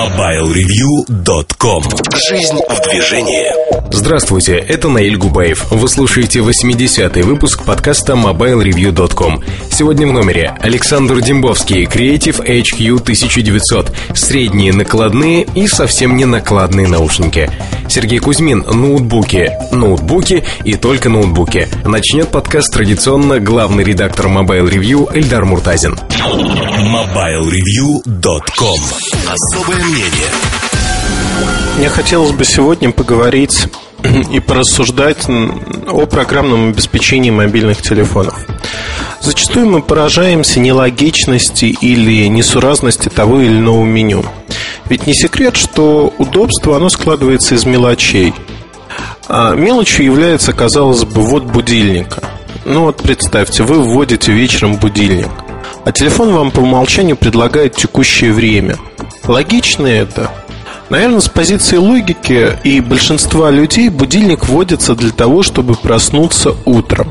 MobileReview.com. Жизнь в движении. Здравствуйте, это Наиль Губаев. Вы слушаете 80-й выпуск подкаста MobileReview.com. Сегодня в номере Александр Дембовский, Creative HQ 1900, средние накладные и совсем не накладные наушники. Сергей Кузьмин, ноутбуки и только ноутбуки. Начнет подкаст традиционно главный редактор Mobile Review Эльдар Муртазин. MobileReview.com. Особое мнение. Мне хотелось бы сегодня поговорить и порассуждать о программном обеспечении мобильных телефонов. Зачастую мы поражаемся нелогичности или несуразности того или иного меню. Ведь не секрет, что удобство, оно складывается из мелочей. А мелочью является, казалось бы, ввод будильника. Представьте, вы вводите вечером будильник, а телефон вам по умолчанию предлагает текущее время. Логично это? Наверное, с позиции логики и большинства людей будильник вводится для того, чтобы проснуться утром.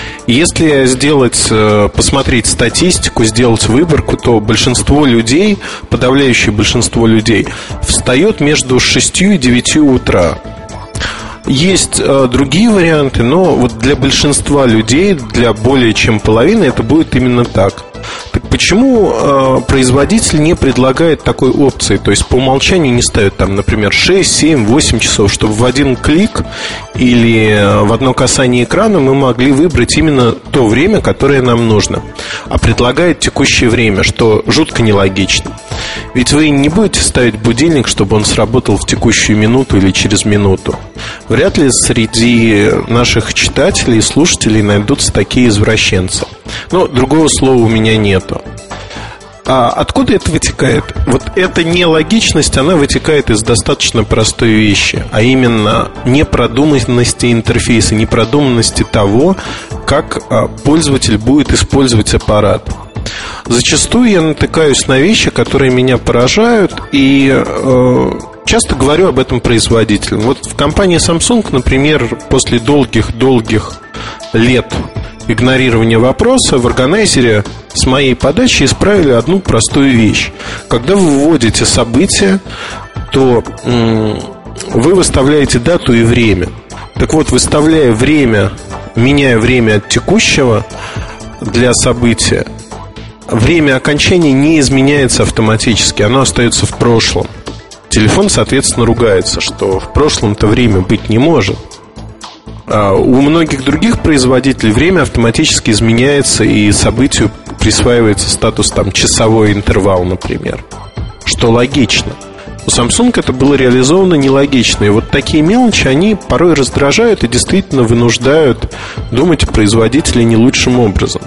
Если посмотреть статистику, сделать выборку, то большинство людей, подавляющее большинство людей, встает между 6 и 9 утра. Есть другие варианты, но вот для большинства людей, для более чем половины, это будет именно так. Так почему производитель не предлагает такой опции? То есть по умолчанию не ставит например, 6, 7, 8 часов, чтобы в один клик или в одно касание экрана мы могли выбрать именно то время, которое нам нужно. А предлагает текущее время, что жутко нелогично. Ведь вы не будете ставить будильник, чтобы он сработал в текущую минуту или через минуту. Вряд ли среди наших читателей и слушателей найдутся такие извращенцы. Но другого слова у меня нету. А откуда это вытекает? Вот эта нелогичность, она вытекает из достаточно простой вещи, а именно непродуманности интерфейса, непродуманности того, как пользователь будет использовать аппарат. Зачастую я натыкаюсь на вещи, которые меня поражают, и часто говорю об этом производителям. Вот в компании Samsung, например, после долгих лет игнорирования вопроса в органайзере с моей подачи исправили одну простую вещь. Когда вы вводите событие, то вы выставляете дату и время. Так вот, выставляя время, меняя время от текущего для события, время окончания не изменяется автоматически, оно остается в прошлом. Телефон, соответственно, ругается, что в прошлом-то время быть не может. У многих других производителей время автоматически изменяется, и событию присваивается статус часовой интервал, например, что логично. У Samsung это было реализовано нелогично. И вот такие мелочи, они порой раздражают и действительно вынуждают думать о производителе не лучшим образом.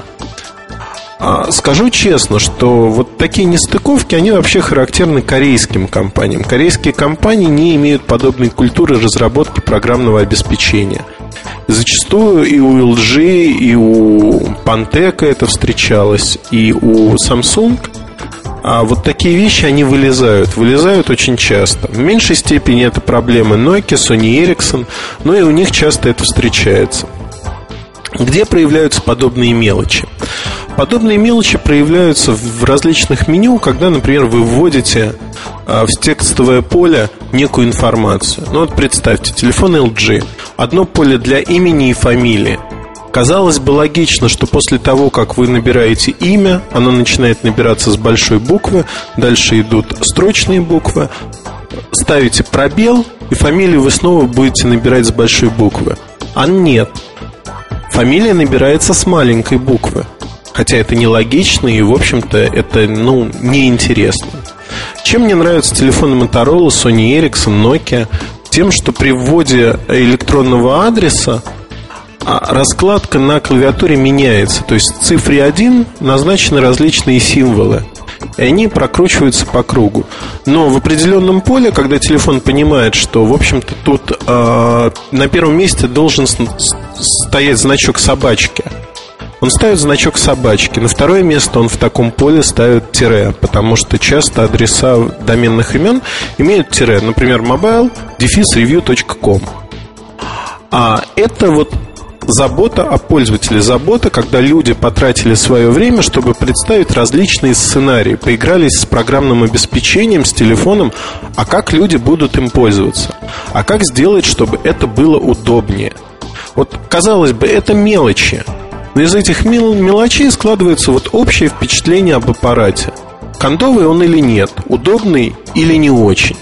Скажу честно, что вот такие нестыковки, они вообще характерны корейским компаниям. Корейские компании не имеют подобной культуры разработки программного обеспечения. И зачастую и у LG, и у Pantec это встречалось, и у Samsung. А вот такие вещи, они вылезают очень часто. В меньшей степени это проблемы Nokia, Sony Ericsson, но и у них часто это встречается. Где проявляются подобные мелочи? Подобные мелочи проявляются в различных меню, когда, например, вы вводите в текстовое поле некую информацию. Представьте, телефон LG. Одно поле для имени и фамилии. Казалось бы, логично, что после того, как вы набираете имя, оно начинает набираться с большой буквы, дальше идут строчные буквы, ставите пробел, и фамилию вы снова будете набирать с большой буквы. А нет. Фамилия набирается с маленькой буквы. Хотя это нелогично и, в общем-то, это, неинтересно. Чем мне нравятся телефоны Motorola, Sony Ericsson, Nokia? Тем, что при вводе электронного адреса раскладка на клавиатуре меняется. То есть в цифре 1 назначены различные символы, и они прокручиваются по кругу. Но в определенном поле, когда телефон понимает, что, в общем-то, тут на первом месте должен стоять значок собачки, он ставит значок собачки. На второе место он в таком поле ставит тире, потому что часто адреса доменных имен имеют тире. Например, mobile-review.com. А это забота о пользователе, забота, когда люди потратили свое время, чтобы представить различные сценарии, поигрались с программным обеспечением, с телефоном, а как люди будут им пользоваться, а как сделать, чтобы это было удобнее. Вот, казалось бы, это мелочи, но из этих мелочей складывается вот общее впечатление об аппарате. Кондовый он или нет, удобный или не очень.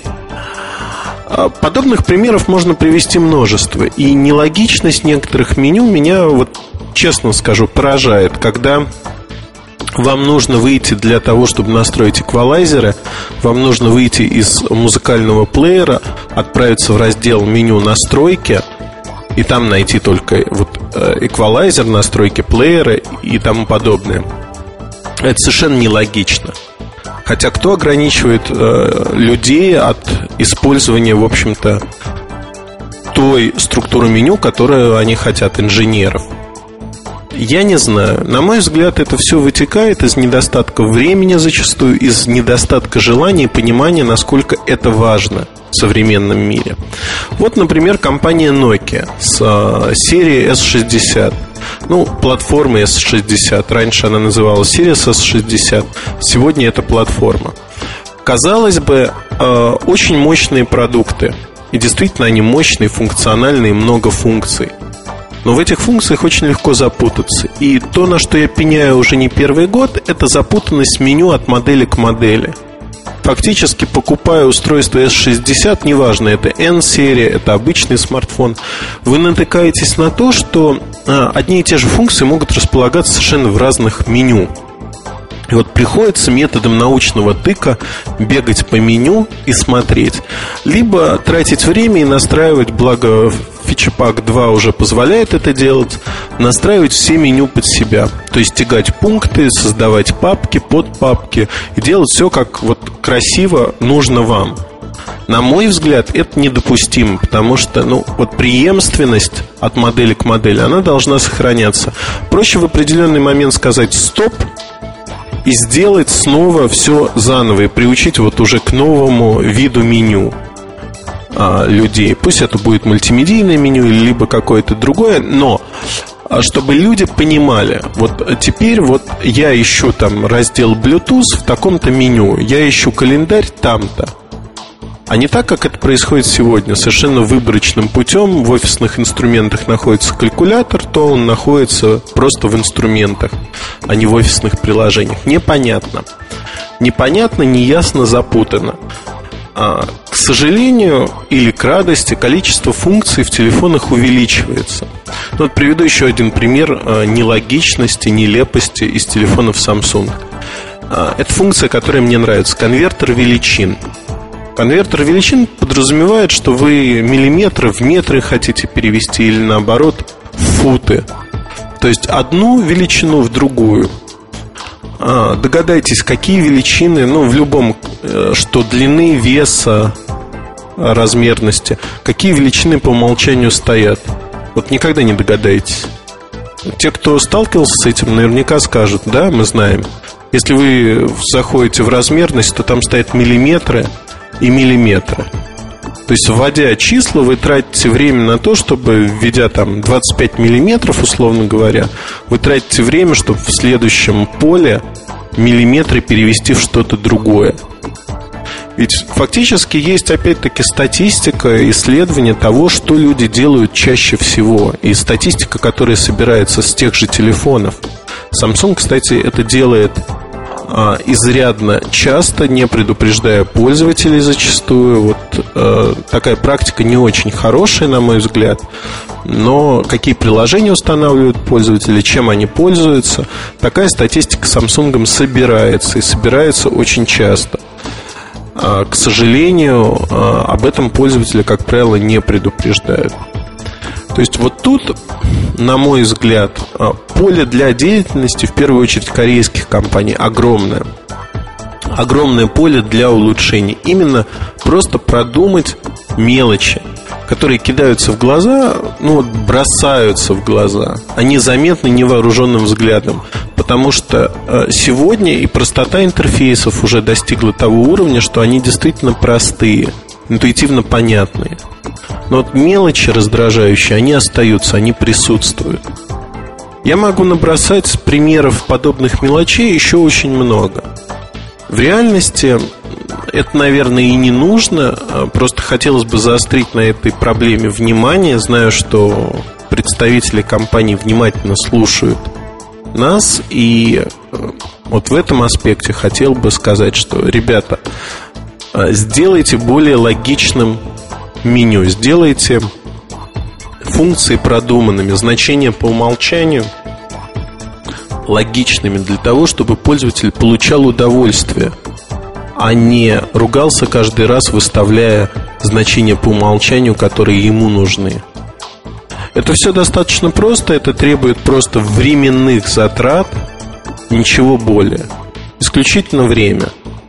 Подобных примеров можно привести множество. И нелогичность некоторых меню меня, вот честно скажу, поражает. Когда вам нужно выйти для того, чтобы настроить эквалайзеры, вам нужно выйти из музыкального плеера, отправиться в раздел меню «Настройки», и там найти только вот эквалайзер, настройки плеера и тому подобное. Это совершенно нелогично. Хотя кто ограничивает людей от использования, в общем-то, той структуры меню, которую они хотят, инженеров? Я не знаю. На мой взгляд, это все вытекает из недостатка времени зачастую, из недостатка желания и понимания, насколько это важно в современном мире. Вот, например, компания Nokia с серии S60. Ну, платформы S60. Раньше она называлась Series S60. Сегодня это платформа. Казалось бы, очень мощные продукты. И действительно они мощные, функциональные, много функций. Но в этих функциях очень легко запутаться. И то, на что я пеняю уже не первый год, это запутанность меню от модели к модели. Фактически, покупая устройство S60, неважно, это N-серия, это обычный смартфон, вы натыкаетесь на то, что одни и те же функции могут располагаться совершенно в разных меню. И вот приходится методом научного тыка бегать по меню и смотреть. Либо тратить время и настраивать, благо Featurepack 2 уже позволяет это делать, настраивать все меню под себя. То есть тягать пункты, создавать папки, подпапки и делать все как вот красиво нужно вам. На мой взгляд, это недопустимо, потому что, вот преемственность от модели к модели, она должна сохраняться. Проще в определенный момент сказать «стоп» и сделать снова все заново и приучить вот уже к новому виду меню людей. Пусть это будет мультимедийное меню или либо какое-то другое, но чтобы люди понимали, вот теперь вот я ищу там раздел Bluetooth в таком-то меню, я ищу календарь там-то. А не так, как это происходит сегодня, совершенно выборочным путем. В офисных инструментах находится калькулятор, то он находится просто в инструментах, а не в офисных приложениях. Непонятно. Непонятно, неясно, запутано. К сожалению или к радости, количество функций в телефонах увеличивается. Вот приведу еще один пример нелогичности, нелепости из телефонов Samsung. Это функция, которая мне нравится. Конвертер величин. Конвертер величин подразумевает, что вы миллиметры в метры хотите перевести или наоборот в футы. То есть одну величину в другую. Догадайтесь, какие величины, в любом, что длины, веса, размерности, какие величины по умолчанию стоят. Вот никогда не догадаетесь. Те, кто сталкивался с этим, наверняка скажут: да, мы знаем. Если вы заходите в размерность, то там стоят миллиметры и миллиметры. То есть, вводя числа, вы тратите время на то, чтобы, введя там 25 миллиметров, условно говоря, вы тратите время, чтобы в следующем поле миллиметры перевести в что-то другое. Ведь фактически есть, опять-таки, статистика, исследования того, что люди делают чаще всего. И статистика, которая собирается с тех же телефонов. Samsung, кстати, это делает изрядно часто, не предупреждая пользователей зачастую. Вот такая практика не очень хорошая, на мой взгляд. Но какие приложения устанавливают пользователи, чем они пользуются, такая статистика Samsung собирается. И собирается очень часто. К сожалению, об этом пользователи, как правило, не предупреждают. То есть вот тут, на мой взгляд, поле для деятельности, в первую очередь корейских компаний, огромное. Огромное поле для улучшений. Именно просто продумать мелочи, которые кидаются в глаза, бросаются в глаза. Они заметны невооруженным взглядом. Потому что сегодня и простота интерфейсов уже достигла того уровня, что они действительно простые. интуитивно понятные. Но вот мелочи раздражающие, они остаются, они присутствуют. Я могу набросать примеров подобных мелочей еще очень много. В реальности это, наверное, и не нужно. Просто хотелось бы заострить на этой проблеме внимание. Знаю, что представители компаний внимательно слушают нас. И вот в этом аспекте хотел бы сказать, что, ребята, сделайте более логичным меню, сделайте функции продуманными, значения по умолчанию логичными, для того, чтобы пользователь получал удовольствие, а не ругался каждый раз, выставляя значения по умолчанию, которые ему нужны. Это все достаточно просто, это требует просто временных затрат, ничего более. Исключительно время.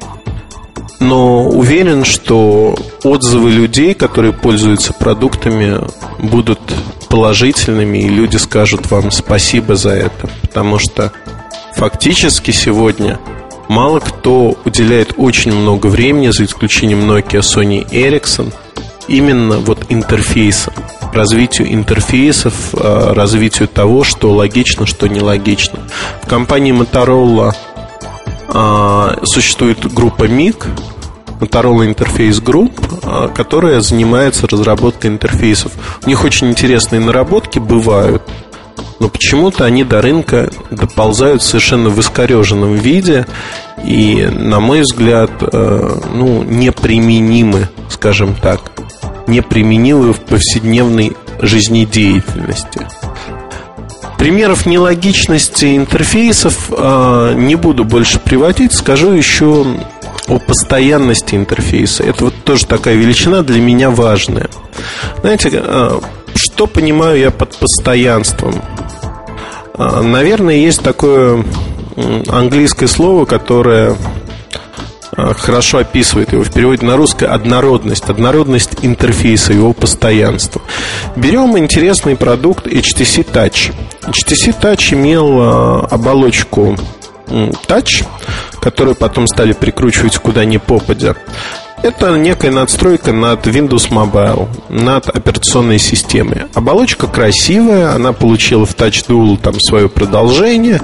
Но уверен, что отзывы людей, которые пользуются продуктами, будут положительными, и люди скажут вам спасибо за это. Потому что фактически сегодня мало кто уделяет очень много времени, за исключением Nokia, Sony, Ericsson, именно вот интерфейсам, развитию интерфейсов, развитию того, что логично, что нелогично. В компании Motorola существует группа MIG, Motorola Interface Group, которая занимается разработкой интерфейсов. У них очень интересные наработки бывают, но почему-то они до рынка доползают совершенно в искореженном виде и, на мой взгляд, неприменимы, скажем так, неприменимы в повседневной жизнедеятельности. Примеров нелогичности интерфейсов не буду больше приводить. Скажу еще о постоянности интерфейса. Это вот тоже такая величина для меня важная. Знаете, что понимаю я под постоянством? Наверное, есть такое английское слово, которое хорошо описывает его в переводе на русское: однородность. Однородность интерфейса, его постоянство. Берем интересный продукт HTC Touch. HTC Touch имел оболочку Touch, которую потом стали прикручивать куда ни попадя. Это некая надстройка над Windows Mobile, над операционной системой. Оболочка красивая, она получила в Touch Dual там свое продолжение,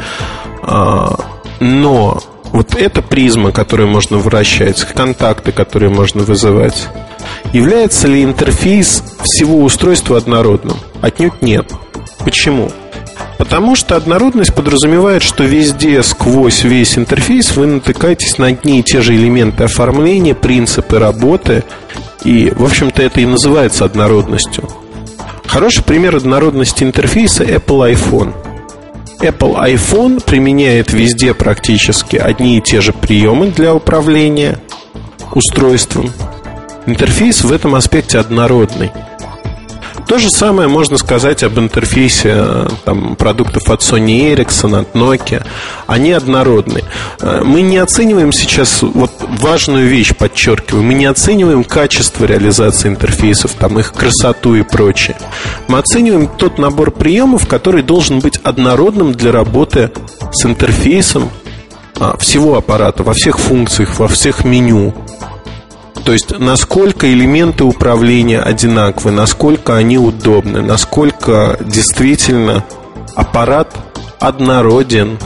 но вот эта призма, которую можно вращать, контакты, которые можно вызывать, является ли интерфейс всего устройства однородным? Отнюдь нет. Почему? Потому что однородность подразумевает, что везде, сквозь весь интерфейс, вы натыкаетесь на одни и те же элементы оформления, принципы работы. И, в общем-то, это и называется однородностью. Хороший пример однородности интерфейса — Apple iPhone. Apple iPhone применяет везде практически одни и те же приемы для управления устройством. Интерфейс в этом аспекте однородный. То же самое можно сказать об интерфейсе продуктов от Sony Ericsson, от Nokia. Они однородны. Мы не оцениваем сейчас, вот важную вещь подчеркиваю, мы не оцениваем качество реализации интерфейсов, их красоту и прочее. Мы оцениваем тот набор приемов, который должен быть однородным для работы с интерфейсом всего аппарата, во всех функциях, во всех меню. То есть, насколько элементы управления одинаковы, насколько они удобны, насколько действительно аппарат однороден.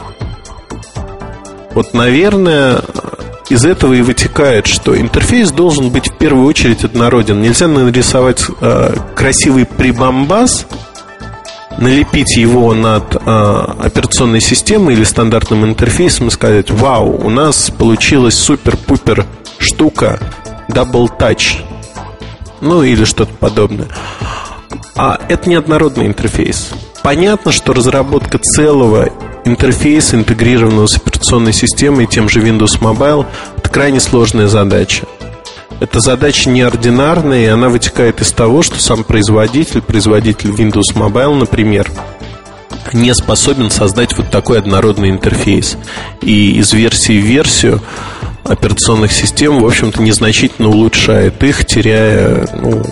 Вот, наверное, из этого и вытекает, что интерфейс должен быть в первую очередь однороден. Нельзя нарисовать красивый прибамбас, налепить его над операционной системой или стандартным интерфейсом и сказать: вау, у нас получилась супер-пупер штука, Double Touch, или что-то подобное. А это не однородный интерфейс. Понятно, что разработка целого интерфейса, интегрированного с операционной системой, тем же Windows Mobile, это крайне сложная задача. Эта задача неординарная, и она вытекает из того, что сам производитель Windows Mobile, например, не способен создать вот такой однородный интерфейс. И из версии в версию операционных систем, в общем-то, незначительно улучшает их, теряя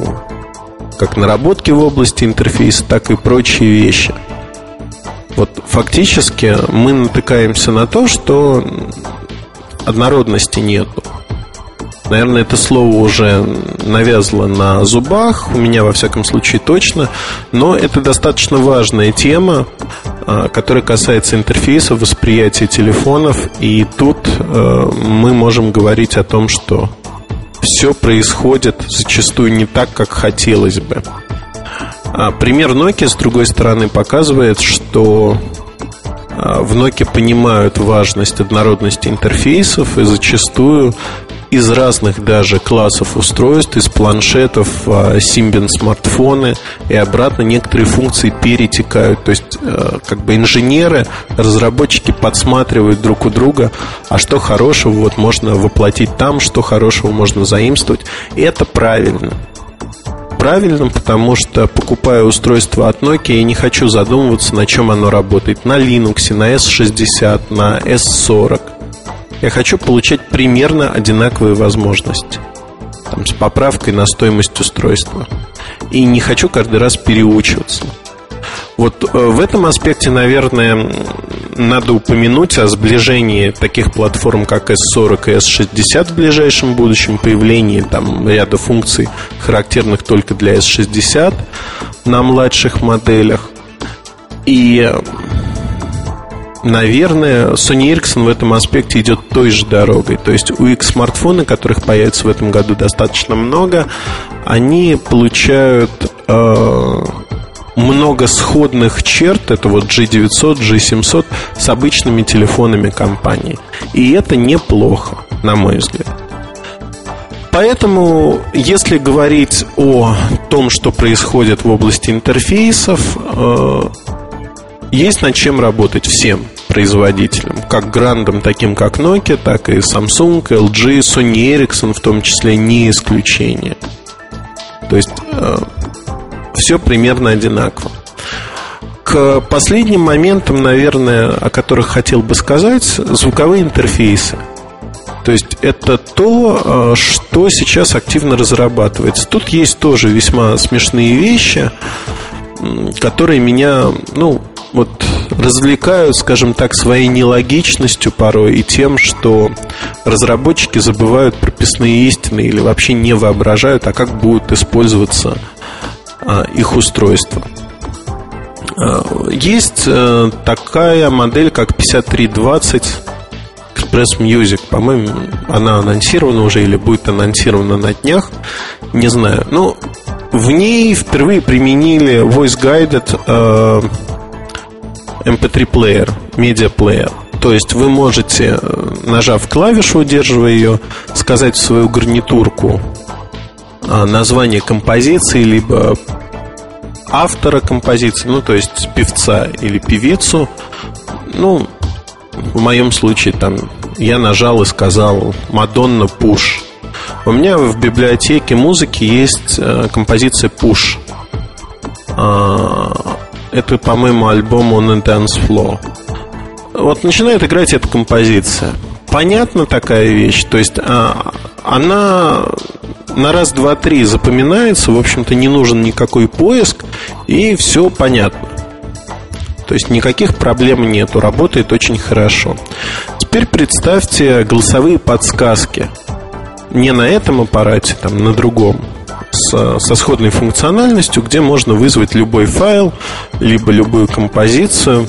как наработки в области интерфейса, так и прочие вещи. Вот фактически мы натыкаемся на то, что однородности нету. Наверное, это слово уже навязло на зубах, у меня, во всяком случае, точно. Но это достаточно важная тема, которая касается интерфейсов, восприятия телефонов. И тут мы можем говорить о том, что все происходит зачастую не так, как хотелось бы. Пример Nokia, с другой стороны, показывает, что в Nokia понимают важность однородности интерфейсов и зачастую из разных даже классов устройств, из планшетов, Symbian смартфоны и обратно некоторые функции перетекают. То есть как бы инженеры, разработчики подсматривают друг у друга, а что хорошего вот можно воплотить там, что хорошего можно заимствовать. И это правильно. Правильно, потому что, покупая устройство от Nokia, я не хочу задумываться, на чем оно работает. На Linux, на S60, на S40. Я хочу получать примерно одинаковые возможности, там, с поправкой на стоимость устройства. И не хочу каждый раз переучиваться. Вот в этом аспекте, наверное, надо упомянуть о сближении таких платформ, как S40 и S60 в ближайшем будущем, появлении там ряда функций, характерных только для S60 на младших моделях. И, наверное, Sony Ericsson в этом аспекте идет той же дорогой. То есть у X-смартфонов, которых появится в этом году достаточно много, они получают много сходных черт. Это вот G900, G700 с обычными телефонами компании. И это неплохо, на мой взгляд. Поэтому, если говорить о том, что происходит в области интерфейсов, есть над чем работать всем производителям, как грандам, таким как Nokia, так и Samsung, LG, Sony Ericsson в том числе не исключение. То есть все примерно одинаково. К последним моментам, наверное, о которых хотел бы сказать, звуковые интерфейсы. То есть это то, что сейчас активно разрабатывается. Тут есть тоже весьма смешные вещи, которые меня, развлекают, скажем так, своей нелогичностью порой и тем, что разработчики забывают прописные истины или вообще не воображают, а как будут использоваться их устройства. Есть такая модель, как 5320 Express Music. По-моему, она анонсирована уже или будет анонсирована на днях. Не знаю. В ней впервые применили voice-guided MP3-плеер, медиаплеер. То есть вы можете, нажав клавишу, удерживая ее, сказать в свою гарнитурку название композиции, либо автора композиции, то есть певца или певицу. В моем случае я нажал и сказал «Мадонна Push». У меня в библиотеке музыки есть композиция Push. Это, по-моему, альбом On a Dance Floor. Вот начинает играть эта композиция. Понятна такая вещь. То есть она на раз, два, три запоминается. В общем-то, не нужен никакой поиск. И все понятно. То есть никаких проблем нету. Работает очень хорошо. Теперь представьте голосовые подсказки. Не на этом аппарате, на другом, со сходной функциональностью, где можно вызвать любой файл, либо любую композицию.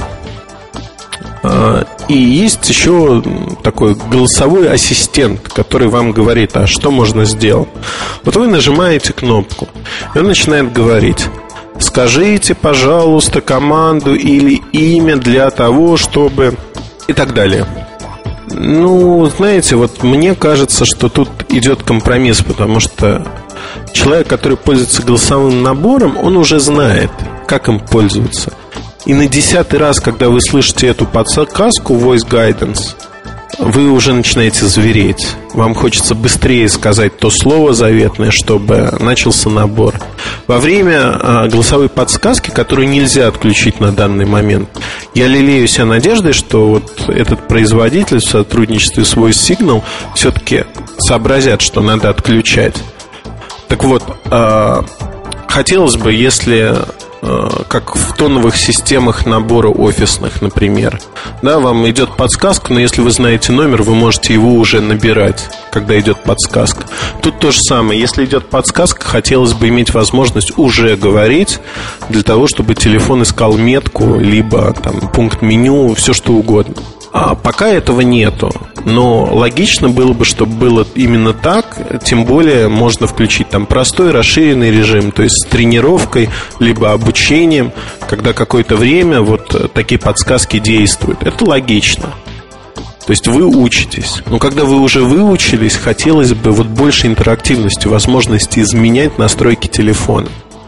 И есть еще такой голосовой ассистент, который вам говорит, а что можно сделать. Вот вы нажимаете кнопку, и он начинает говорить: скажите, пожалуйста, команду или имя для того, чтобы... и так далее. Знаете, мне кажется, что тут идет компромисс, потому что человек, который пользуется голосовым набором, он уже знает, как им пользоваться. И на 10-й раз, когда вы слышите эту подсказку Voice Guidance, вы уже начинаете звереть. Вам хочется быстрее сказать то слово заветное, чтобы начался набор. Во время голосовой подсказки, которую нельзя отключить на данный момент, я лелею себя надеждой, что этот производитель в сотрудничестве с Voice Signal все-таки сообразят, что надо отключать. Так вот, хотелось бы, если как в тоновых системах набора офисных, например. Да, вам идет подсказка, но если вы знаете номер, вы можете его уже набирать, когда идет подсказка. Тут то же самое. Если идет подсказка, хотелось бы иметь возможность уже говорить, для того, чтобы телефон искал метку, либо там, пункт меню, все что угодно. А пока этого нету. Но логично было бы, чтобы было именно так. Тем более можно включить там простой расширенный режим, то есть с тренировкой, либо обучением, когда какое-то время вот такие подсказки действуют. Это логично. То есть вы учитесь. Но когда вы уже выучились, хотелось бы вот больше интерактивности, возможности изменять настройки телефона.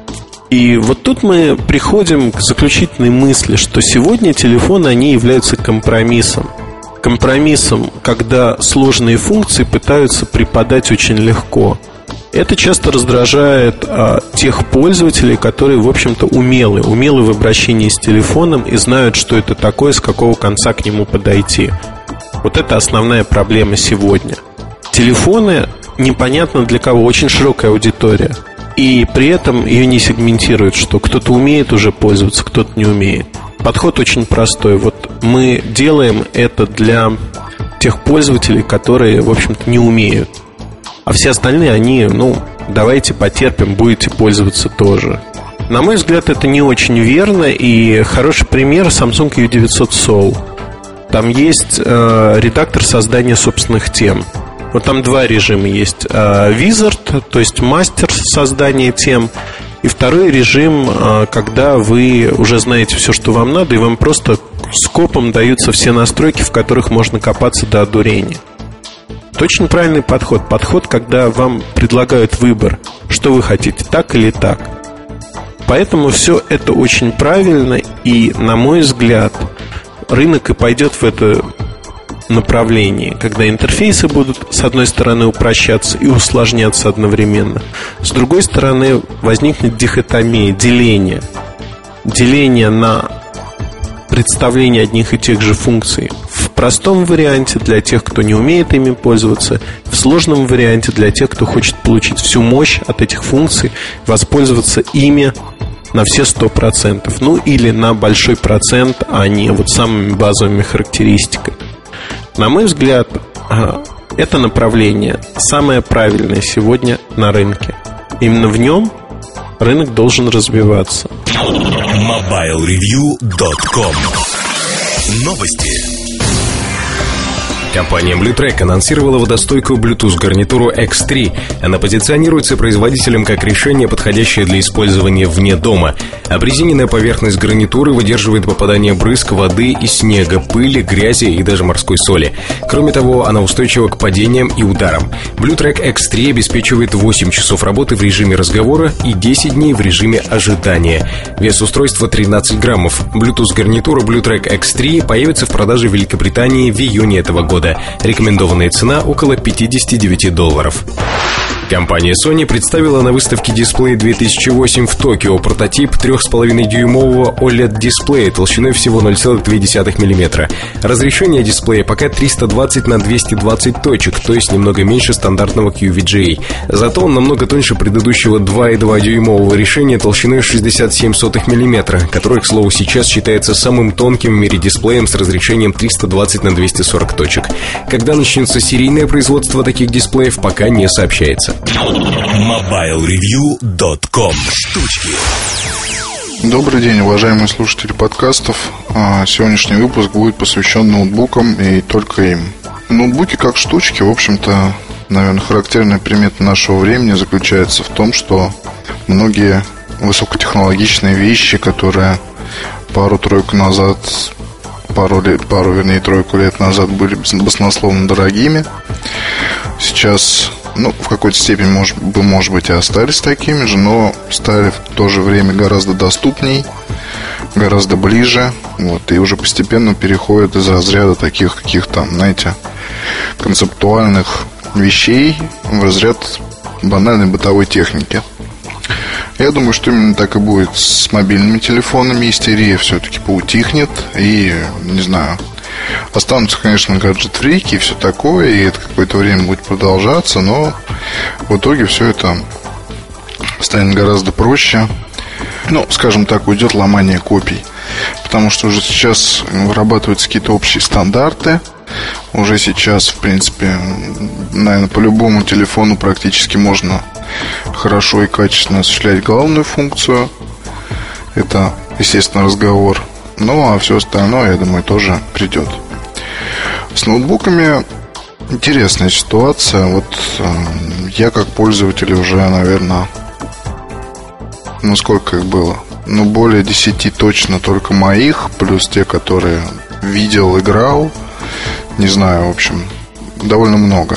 И вот тут мы приходим к заключительной мысли, что сегодня телефоны, они являются компромиссом. Компромиссом, когда сложные функции пытаются преподать очень легко. Это часто раздражает тех пользователей, которые, в общем-то, умелы в обращении с телефоном и знают, что это такое, с какого конца к нему подойти. Вот это основная проблема сегодня. Телефоны непонятно для кого, очень широкая аудитория. И при этом ее не сегментируют, что кто-то умеет уже пользоваться, кто-то не умеет. Подход очень простой. Вот мы делаем это для тех пользователей, которые, в общем-то, не умеют. А все остальные, они, давайте потерпим, будете пользоваться тоже. На мой взгляд, это не очень верно. И хороший пример Samsung U900 Soul. Там есть редактор создания собственных тем. Вот там два режима есть. Wizard, то есть мастер создания тем. И второй режим, когда вы уже знаете все, что вам надо, и вам просто скопом даются все настройки, в которых можно копаться до одурения. Это очень правильный подход. Подход, когда вам предлагают выбор, что вы хотите, так или так. Поэтому все это очень правильно. И, на мой взгляд, рынок и пойдет в это направлении, когда интерфейсы будут, с одной стороны, упрощаться и усложняться одновременно, с другой стороны, возникнет дихотомия, деление на представление одних и тех же функций в простом варианте для тех, кто не умеет ими пользоваться, в сложном варианте для тех, кто хочет получить всю мощь от этих функций, воспользоваться ими на все 100%, или на большой процент, а не вот самыми базовыми характеристиками. На мой взгляд, это направление самое правильное сегодня на рынке. Именно в нем рынок должен развиваться. MobileReview.com. Новости. Компания Bluetrack анонсировала водостойкую Bluetooth-гарнитуру X3. Она позиционируется производителем как решение, подходящее для использования вне дома. Обрезиненная поверхность гарнитуры выдерживает попадание брызг, воды и снега, пыли, грязи и даже морской соли. Кроме того, она устойчива к падениям и ударам. Bluetrack X3 обеспечивает 8 часов работы в режиме разговора и 10 дней в режиме ожидания. Вес устройства 13 граммов. Bluetooth-гарнитура Bluetrack X3 появится в продаже в Великобритании в июне этого года. Рекомендованная цена около $59. Компания Sony представила на выставке Display 2008 в Токио прототип 3,5-дюймового OLED-дисплея толщиной всего 0,2 мм. Разрешение дисплея пока 320 на 220 точек, то есть немного меньше стандартного QVGA. Зато он намного тоньше предыдущего 2,2-дюймового решения толщиной 67 мм, которое, к слову, сейчас считается самым тонким в мире дисплеем с разрешением 320 на 240 точек. Когда начнется серийное производство таких дисплеев, пока не сообщается. MobileReview.com. Штучки. Добрый день, уважаемые слушатели подкастов. Сегодняшний выпуск будет посвящен ноутбукам и только им. Ноутбуки как штучки, в общем-то, наверное, характерная примета нашего времени заключается в том, что многие высокотехнологичные вещи, которые пару-тройку лет назад были баснословно дорогими, сейчас, в какой-то степени, может быть, и остались такими же, но стали в то же время гораздо доступней, гораздо ближе, и уже постепенно переходят из разряда таких каких-то, концептуальных вещей в разряд банальной бытовой техники. Я думаю, что именно так и будет с мобильными телефонами. Истерия все-таки поутихнет. И, останутся, конечно, гаджет-фрики и все такое. И это какое-то время будет продолжаться. Но в итоге все это станет гораздо проще. ну, скажем так, уйдет ломание копий. Потому что уже сейчас вырабатываются какие-то общие стандарты. Уже сейчас, в принципе, наверное, по любому телефону практически можно хорошо и качественно осуществлять главную функцию. Это, естественно, разговор. Ну, а все остальное, я думаю, тоже придет. С ноутбуками интересная ситуация. Вот я как пользователь уже, наверное, ну, сколько их было? Ну, более 10 точно только моих, плюс те, которые видел, играл. Не знаю, в общем, довольно много.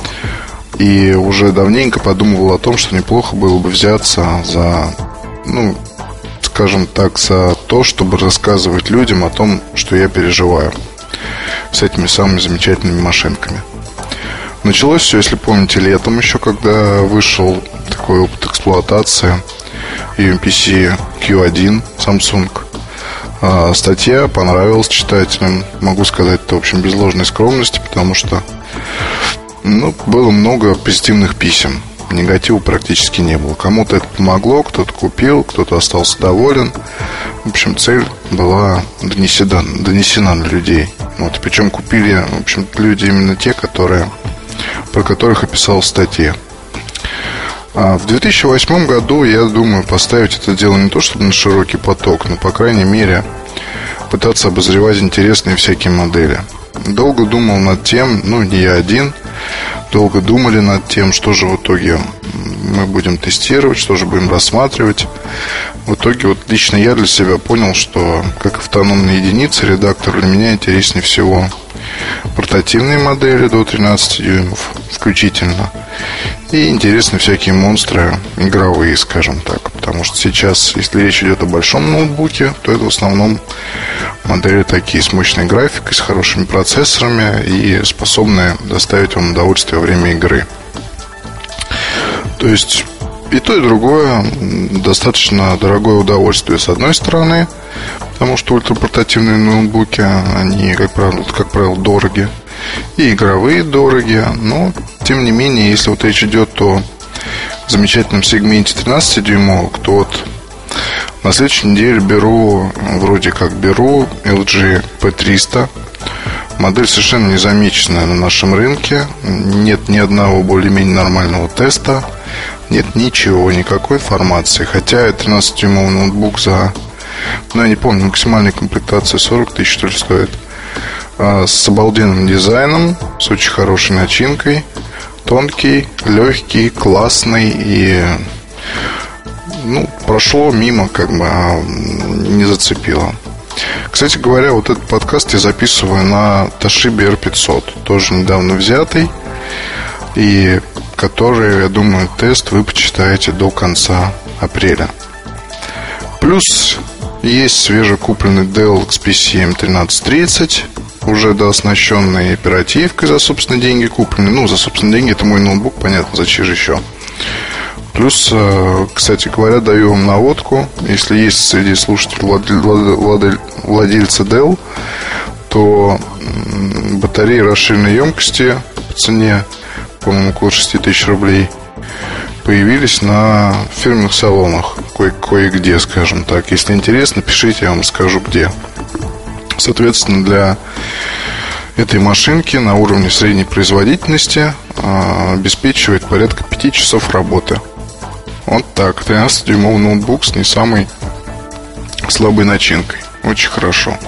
И уже давненько подумывал о том, что неплохо было бы взяться за, ну, скажем так, за то, чтобы рассказывать людям о том, что я переживаю с этими самыми замечательными машинками. Началось все, если помните, летом еще, когда вышел такой опыт эксплуатации UMPC Q1 Samsung. Статья понравилась читателям. Могу сказать это, в общем, без ложной скромности, потому что, ну, было много позитивных писем. Негатива практически не было. Кому-то это помогло, кто-то купил, кто-то остался доволен. В общем, цель была донесена на людей. Вот, причем купили, в общем, люди именно те, про которых описал в статье. В 2008 году, я думаю, поставить это дело не то чтобы на широкий поток, но, по крайней мере, пытаться обозревать интересные всякие модели. Долго думал над тем, ну, не я один, долго думали над тем, что же в итоге мы будем тестировать, что же будем рассматривать. В итоге, вот лично я для себя понял, что как автономная единица, редактор для меня интереснее всего портативные модели до 13 дюймов включительно. И интересны всякие монстры игровые, скажем так. Потому что сейчас, если речь идет о большом ноутбуке, то это в основном модели такие с мощной графикой, с хорошими процессорами и способные доставить вам удовольствие во время игры. То есть и то, и другое достаточно дорогое удовольствие, с одной стороны, потому что ультрапортативные ноутбуки, они, как правило, дороги. И игровые дороги. Но, тем не менее, если вот речь идет о замечательном сегменте 13-дюймовок, то вот на следующей неделе беру LG P300. Модель совершенно незамеченная на нашем рынке. Нет ни одного более-менее нормального теста. Нет ничего, никакой информации. Хотя 13-дюймовый ноутбук за, ну, я не помню, максимальной комплектации 40 тысяч, что ли, стоит. С обалденным дизайном, с очень хорошей начинкой. Тонкий, легкий, классный. И, ну, прошло мимо, как бы, не зацепило. Кстати говоря, вот этот подкаст я записываю на Toshiba R500, тоже недавно взятый, и который, я думаю, тест вы почитаете до конца апреля. Плюс есть свежекупленный Dell XP7 1330, уже дооснащенный оперативкой за собственные деньги купленный. Ну, за собственные деньги это мой ноутбук, понятно, за чьи же еще. Плюс, кстати говоря, даю вам наводку. Если есть среди слушателей владельцы Dell, то батареи расширенной емкости по цене, по-моему, около 6 тысяч рублей появились на фирменных салонах кое-где, скажем так. Если интересно, пишите, я вам скажу где. Соответственно, для этой машинки на уровне средней производительности обеспечивает порядка 5 часов работы. Вот так, 13-дюймовый ноутбук с не самой слабой начинкой. Очень хорошо.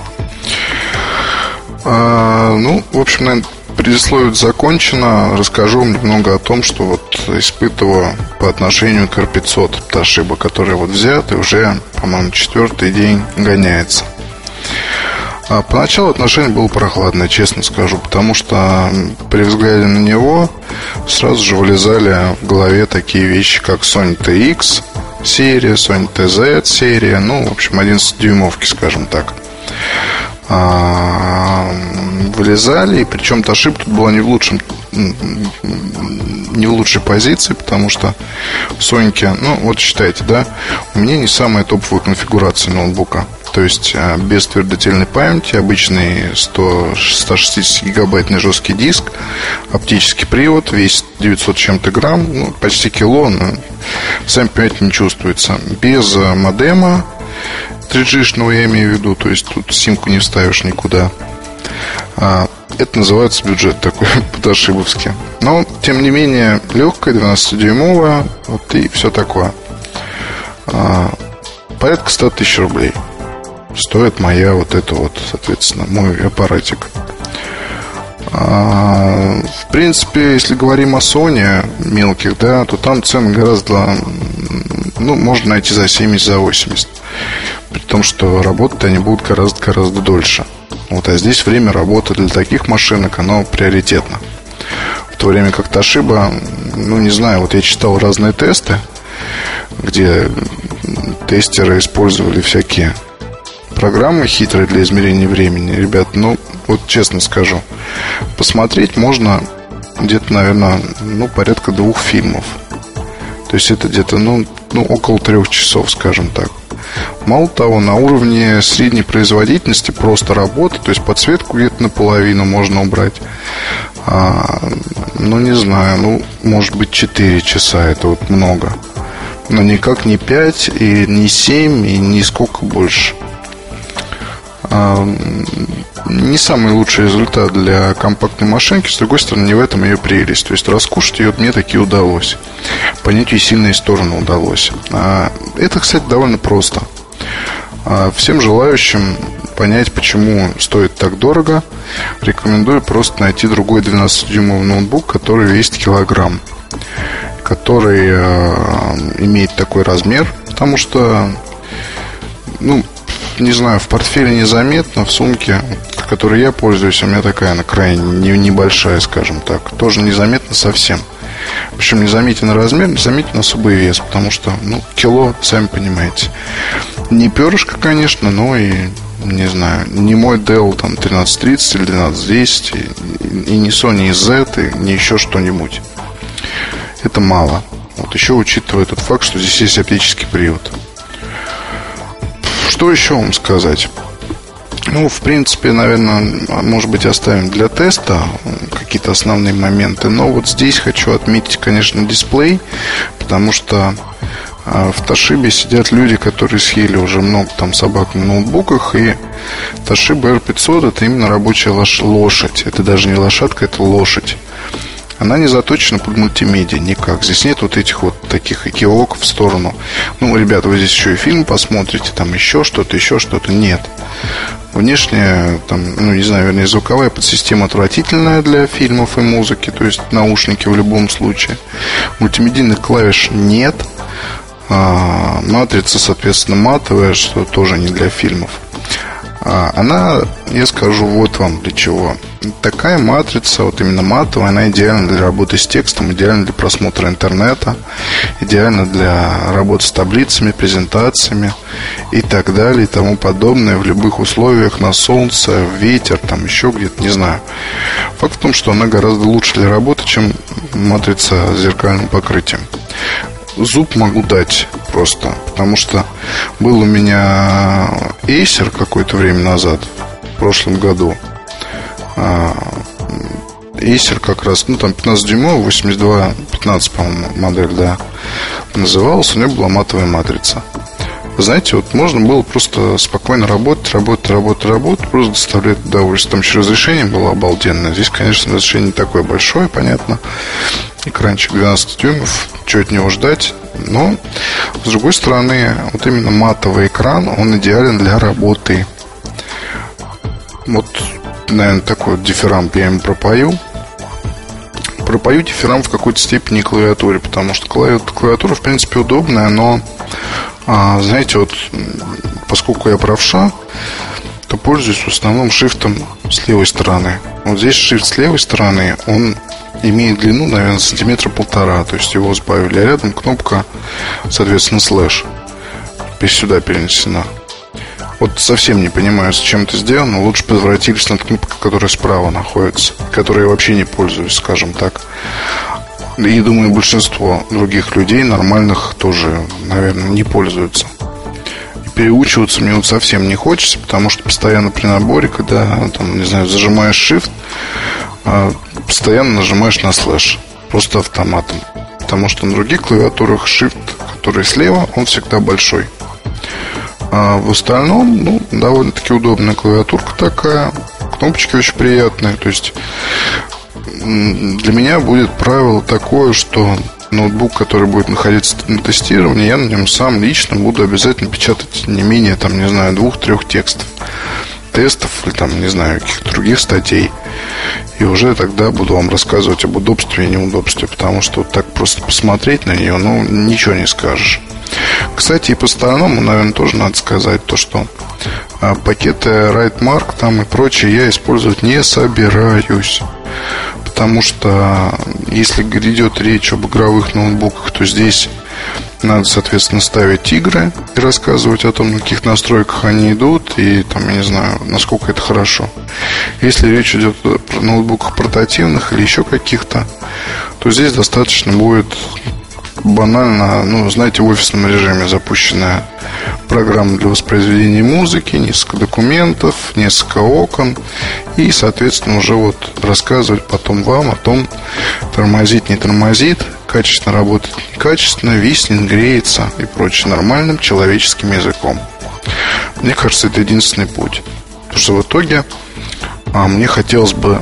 Ну, в общем, наверное, предисловие закончено. Расскажу вам немного о том, что вот испытываю по отношению к R500 Toshiba, который вот взят и уже, по-моему, 4-й день гоняется. Поначалу отношение было прохладное, честно скажу, потому что при взгляде на него сразу же вылезали в голове такие вещи, как Sony TX серия, Sony TZ серия, ну, в общем, 11-дюймовки, скажем так. Вылезали, и причем Toshiba тут была не в лучшей позиции, потому что в Соньке, ну, вот считайте, да, у меня не самая топовая конфигурация ноутбука. То есть без твердотельной памяти, обычный 160-гигабайтный жесткий диск, оптический привод, весит 900 чем-то грамм, ну, почти кило, но, сами понимаете, не чувствуется. Без модема 3G-шного я имею в виду, то есть тут симку не вставишь никуда. Это называется бюджет такой подошибовский. Но, тем не менее, легкая, 12-дюймовая, вот и все такое. Порядка 100 тысяч рублей стоит моя вот эта вот, соответственно, мой аппаратик. В принципе, если говорим о Sony мелких, да, то там цены гораздо, ну, можно найти за 70, за 80. При том, что работать они будут гораздо дольше. Вот, а здесь время работы для таких машинок, оно приоритетно. В то время как Toshiba, ну, не знаю, вот я читал разные тесты, где тестеры использовали всякие программы хитрые для измерения времени. Ребят, ну, вот честно скажу, посмотреть можно где-то, наверное, ну, порядка 2 фильмов. То есть это где-то, ну около 3 часов, скажем так. Мало того, на уровне средней производительности просто работы, то есть подсветку где-то наполовину можно убрать. Ну, не знаю, ну, может быть, 4 часа, это вот много. Но никак не 5, и не 7, и не сколько больше. Не самый лучший результат для компактной машинки. С другой стороны, не в этом ее прелесть. То есть раскушать ее мне таки удалось. Понять ее сильные стороны удалось. Это, кстати, довольно просто. Всем желающим понять, почему стоит так дорого, рекомендую просто найти другой 12-дюймовый ноутбук, который весит килограмм, который имеет такой размер. Потому что, ну, не знаю, в портфеле незаметно, в сумке, которой я пользуюсь, у меня такая, она крайне небольшая, скажем так. Тоже незаметно совсем. Причем незаметен размер, незаметен особый вес. Потому что, ну, кило, сами понимаете. Не перышко, конечно, но и, не знаю, не мой Dell там 1330 или 1210, и не Sony Z, и не еще что-нибудь. Это мало. Вот еще учитывая тот факт, что здесь есть оптический привод. Что еще вам сказать? Ну, в принципе, наверное, может быть, оставим для теста какие-то основные моменты. Но вот здесь хочу отметить, конечно, дисплей, потому что в Toshiba сидят люди, которые съели уже много там собак на ноутбуках. И Toshiba R500 это именно рабочая лошадь. Это даже не лошадка, это лошадь. Она не заточена под мультимедиа никак. Здесь нет вот этих вот таких киоков в сторону. Ну, ребята, вы здесь еще и фильм посмотрите, там еще что-то. Нет. Внешняя, там, ну, не знаю, вернее, звуковая подсистема отвратительная для фильмов и музыки. То есть наушники в любом случае. Мультимедийных клавиш нет. Матрица, соответственно, матовая, что тоже не для фильмов. Она, я скажу, вот вам для чего. Такая матрица, вот именно матовая, она идеальна для работы с текстом, идеальна для просмотра интернета, идеальна для работы с таблицами, презентациями и так далее, и тому подобное в любых условиях, на солнце, ветер, там еще где-то, не знаю. Факт в том, что она гораздо лучше для работы, чем матрица с зеркальным покрытием. Зуб могу дать просто, потому что был у меня Acer какое-то время назад, в прошлом году. Acer как раз, ну там 15-дюймовый, 8215, по-моему, модель, да, называлась. У нее была матовая матрица. Вы знаете, вот можно было просто спокойно работать, просто доставлять удовольствие. Там еще разрешение было обалденное. Здесь, конечно, разрешение не такое большое, понятно. Экранчик 12 дюймов, что от него ждать. Но, с другой стороны, вот именно матовый экран, он идеален для работы. Вот, наверное, такой вот дифирамб я ему пропою. Пропою дифирамб в какой-то степени клавиатуре, потому что клавиатура, в принципе, удобная, но, знаете, вот, поскольку я правша, то пользуюсь в основном шрифтом с левой стороны. Вот здесь шрифт с левой стороны, он имеет длину, наверное, 1,5 сантиметра. То есть его сбавили, а рядом кнопка, соответственно, слэш сюда перенесена. Вот совсем не понимаю, с чем это сделано. Лучше подворотились над кнопкой, которая справа находится, которой я вообще не пользуюсь, скажем так. И думаю, большинство других людей нормальных тоже, наверное, не пользуются. И переучиваться мне вот совсем не хочется, потому что постоянно при наборе, когда, там, не знаю, зажимаешь Shift, постоянно нажимаешь на слэш, просто автоматом. Потому что на других клавиатурах Shift, который слева, он всегда большой. А в остальном, ну, довольно-таки удобная клавиатурка такая. Кнопочки очень приятные. То есть для меня будет правило такое, что ноутбук, который будет находиться на тестировании, я на нем сам лично буду обязательно печатать не менее, там, не знаю, 2-3 тестов или там, не знаю, каких-то других статей. И уже тогда буду вам рассказывать об удобстве и неудобстве, потому что вот так просто посмотреть на нее, ну, ничего не скажешь. Кстати, и по сторонам, наверное, тоже надо сказать то, что пакеты RightMark там и прочее я использовать не собираюсь. Потому что если идет речь об игровых ноутбуках, то здесь надо, соответственно, ставить игры и рассказывать о том, на каких настройках они идут, и там, я не знаю, насколько это хорошо. Если речь идет про ноутбуках портативных или еще каких-то, то здесь достаточно будет банально, ну, знаете, в офисном режиме запущенная программа для воспроизведения музыки, несколько документов, несколько окон, и, соответственно, уже вот рассказывать потом вам о том, тормозит, не тормозит, качественно работает, некачественно, виснет, греется и прочее, нормальным человеческим языком. Мне кажется, это единственный путь. Потому что в итоге мне хотелось бы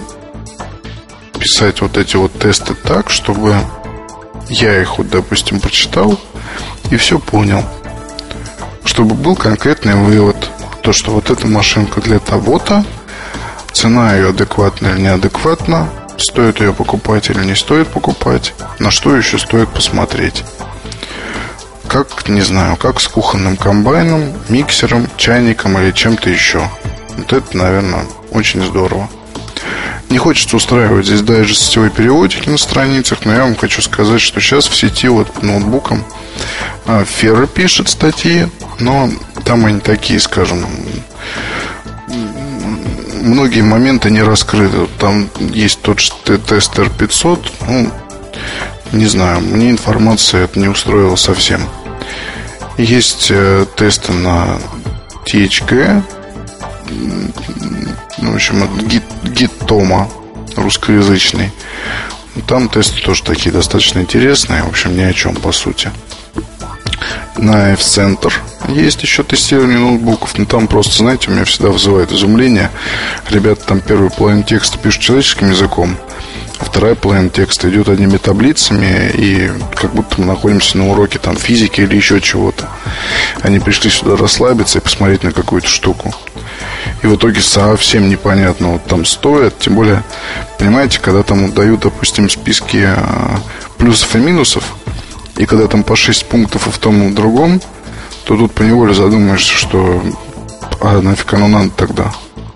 писать вот эти вот тесты так, чтобы я их, вот, допустим, прочитал и все понял. Чтобы был конкретный вывод. То, что вот эта машинка для того-то, цена ее адекватна или неадекватна, стоит ее покупать или не стоит покупать, на что еще стоит посмотреть. Как, не знаю, как с кухонным комбайном, миксером, чайником или чем-то еще. Вот это, наверное, очень здорово. Не хочется устраивать здесь даже сетевой переводики на страницах, но я вам хочу сказать, что сейчас в сети вот по ноутбукам Ферро пишет статьи, но там они такие, скажем, многие моменты не раскрыты. Там есть тот же тест R500, ну, не знаю, мне информация это не устроила совсем. Есть тесты на THG, в общем, гид Тома русскоязычный. Там тесты тоже такие достаточно интересные. В общем, ни о чем, по сути. На F-Center есть еще тестирование ноутбуков. Но там просто, знаете, меня всегда вызывает изумление. Ребята там первую половину текста пишут человеческим языком, а вторая половина текста идет одними таблицами. И как будто мы находимся на уроке там физики или еще чего-то. Они пришли сюда расслабиться и посмотреть на какую-то штуку. И в итоге совсем непонятно вот там стоит. Тем более, понимаете, когда там дают, допустим, списки плюсов и минусов, и когда там по 6 пунктов и в том и в другом, то тут поневоле задумаешься, что нафиг оно надо тогда.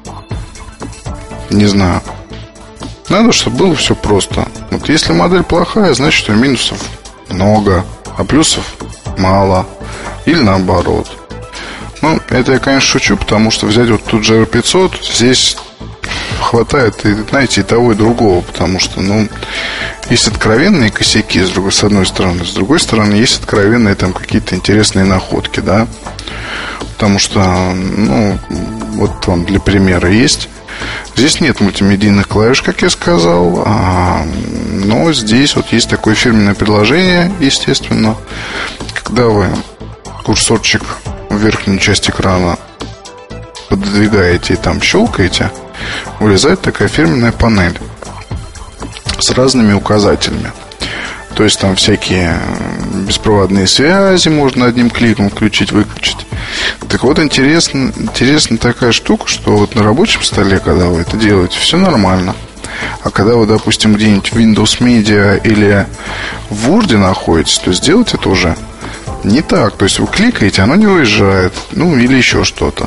Не знаю. Надо, чтобы было все просто. Вот если модель плохая, значит, у минусов много, а плюсов мало. Или наоборот. Ну, это я, конечно, шучу, потому что взять вот тут же R500, здесь хватает, и, знаете, и того, и другого. Потому что, ну, есть откровенные косяки, с одной стороны. С другой стороны, есть откровенные там какие-то интересные находки, да. Потому что, ну, вот вам для примера есть. Здесь нет мультимедийных клавиш, как я сказал, но здесь вот есть такое фирменное приложение, естественно. Когда вы курсорчик в верхнюю часть экрана подвигаете и там щелкаете, вылезает такая фирменная панель с разными указателями. То есть там всякие беспроводные связи можно одним кликом включить, выключить. Так вот, интересна такая штука, что вот на рабочем столе, когда вы это делаете, все нормально. А когда вы, допустим, где-нибудь в Windows Media или в Word находитесь, то сделать это уже не так. То есть вы кликаете, оно не уезжает. Ну, или еще что-то.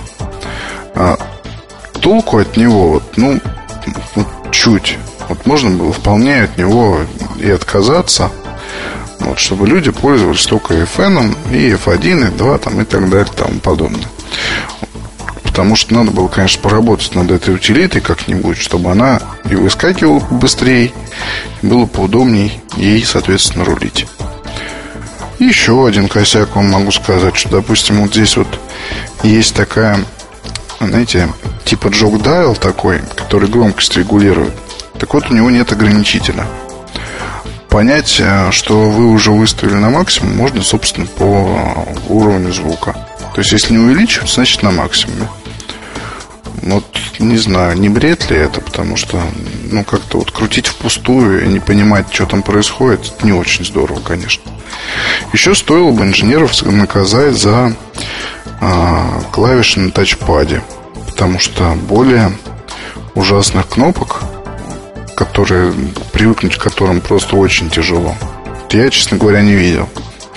Толку от него вот чуть. Вот можно было вполне от него и отказаться, вот, чтобы люди пользовались только FN, и F1, и 2 там, и так далее, и тому подобное. Потому что надо было, конечно, поработать над этой утилитой как-нибудь, чтобы она и выскакивала побыстрее, и было поудобней ей, соответственно, рулить. Еще один косяк вам могу сказать, что, допустим, вот здесь вот есть такая, знаете, типа джок дайл такой, который громкость регулирует. Так вот, у него нет ограничителя. Понять, что вы уже выставили на максимум, можно, собственно, по уровню звука. То есть, если не увеличивать, значит на максимуме. Вот, не знаю, не бред ли это, потому что, как-то вот крутить впустую и не понимать, что там происходит, не очень здорово, конечно. Еще стоило бы инженеров наказать за клавиши на тачпаде, потому что более ужасных кнопок, привыкнуть к которым просто очень тяжело, я, честно говоря, не видел.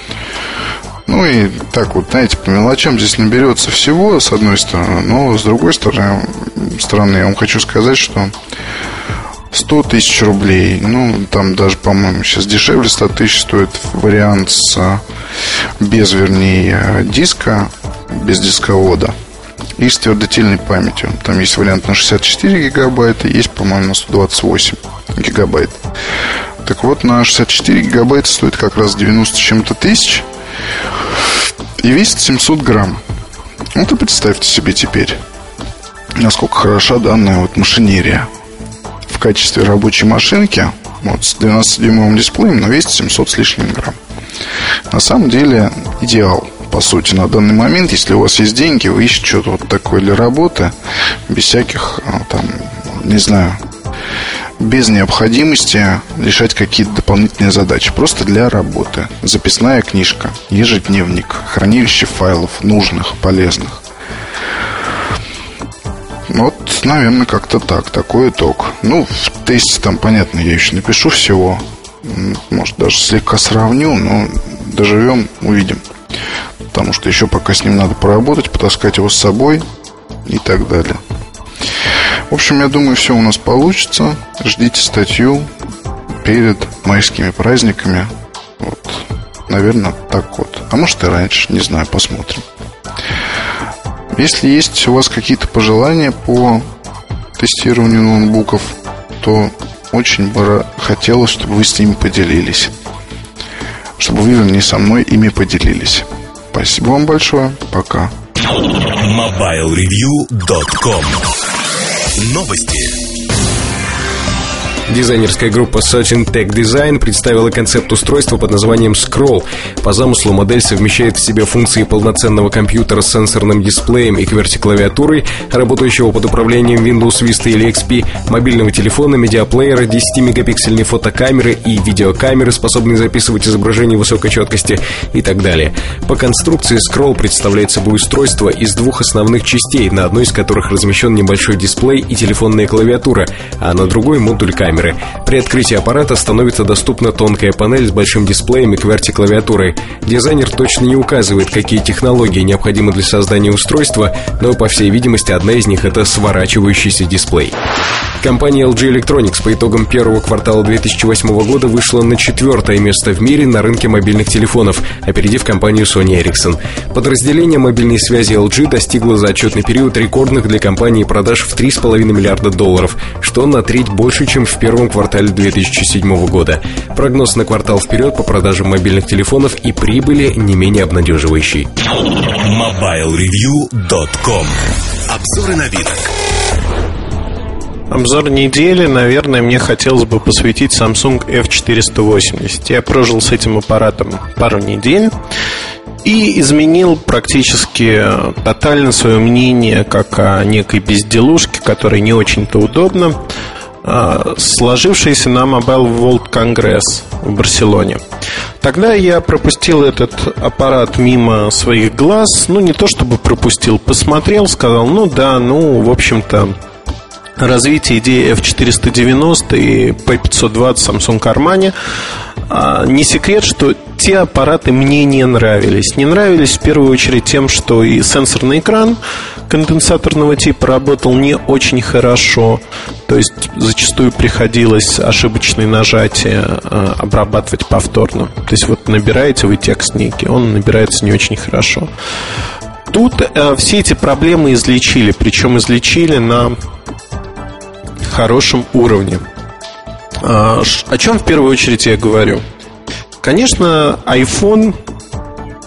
И так вот, знаете, по мелочам здесь наберется всего, с одной стороны. Но с другой стороны, я вам хочу сказать, что 100 тысяч рублей, там даже, по-моему, сейчас дешевле 100 тысяч стоит вариант без диска, без дисковода и с твердотельной памятью. Там есть вариант на 64 гигабайта, есть, по-моему, на 128 гигабайт. Так вот, на 64 гигабайта стоит как раз 90 с чем-то тысяч и весит 700 грамм. Вот и представьте себе теперь, насколько хороша данная вот машинерия. В качестве рабочей машинки с 12-дюймовым дисплеем, но весит 700 с лишним грамм. На самом деле идеал, по сути, на данный момент. Если у вас есть деньги, вы ищете что-то вот такое для работы, без всяких, без необходимости решать какие-то дополнительные задачи. Просто для работы. Записная книжка, ежедневник, хранилище файлов нужных, полезных. Вот, наверное, как-то так. Такой итог. В тесте там, понятно, я еще напишу всего. Может, даже слегка сравню, но доживем, увидим. Потому что еще пока с ним надо поработать, потаскать его с собой и так далее. В общем, я думаю, все у нас получится. Ждите статью перед майскими праздниками. Вот, наверное, так вот. А может и раньше, не знаю, посмотрим. Если есть у вас какие-то пожелания по тестированию ноутбуков, то очень бы хотелось, чтобы вы с ними поделились. Чтобы вы, вернее, со мной ими поделились. Спасибо вам большое. Пока. MobileReview.com. Новости. Дизайнерская группа Sochin Tech Design представила концепт устройства под названием Scroll. По замыслу модель совмещает в себе функции полноценного компьютера с сенсорным дисплеем и QWERTY-клавиатурой, работающего под управлением Windows Vista или XP, мобильного телефона, медиаплеера, 10-мегапиксельной фотокамеры и видеокамеры, способные записывать изображение высокой четкости и так далее. По конструкции Scroll представляет собой устройство из двух основных частей, на одной из которых размещен небольшой дисплей и телефонная клавиатура, а на другой модуль камеры. При открытии аппарата становится доступна тонкая панель с большим дисплеем и QWERTY-клавиатурой. Дизайнер точно не указывает, какие технологии необходимы для создания устройства, но, по всей видимости, одна из них — это сворачивающийся дисплей. Компания LG Electronics по итогам первого квартала 2008 года вышла на 4-е место в мире на рынке мобильных телефонов, опередив компанию Sony Ericsson. Подразделение мобильной связи LG достигло за отчетный период рекордных для компании продаж в $3,5 миллиарда, что на треть больше, чем в первом квартале 2007 года. Прогноз на квартал вперед по продажам мобильных телефонов и прибыли не менее обнадеживающий. MobileReview.com. Обзоры новинок. Обзор недели, наверное, мне хотелось бы посвятить Samsung F480. Я прожил с этим аппаратом пару недель и изменил практически тотально свое мнение как о некой безделушке, которая не очень-то удобна, сложившейся на Mobile World Congress в Барселоне. Тогда я пропустил этот аппарат мимо своих глаз. Не то чтобы пропустил, посмотрел, сказал, в общем-то, развитие идеи F490 и P520 Samsung Armani. Не секрет, что те аппараты мне не нравились. Не нравились в первую очередь тем, что и сенсорный экран конденсаторного типа работал не очень хорошо. То есть зачастую приходилось ошибочные нажатия обрабатывать повторно. То есть набираете вы текст некий, он набирается не очень хорошо. Тут все эти проблемы излечили. Причем излечили на хорошем уровне. О чем в первую очередь я говорю? Конечно, iPhone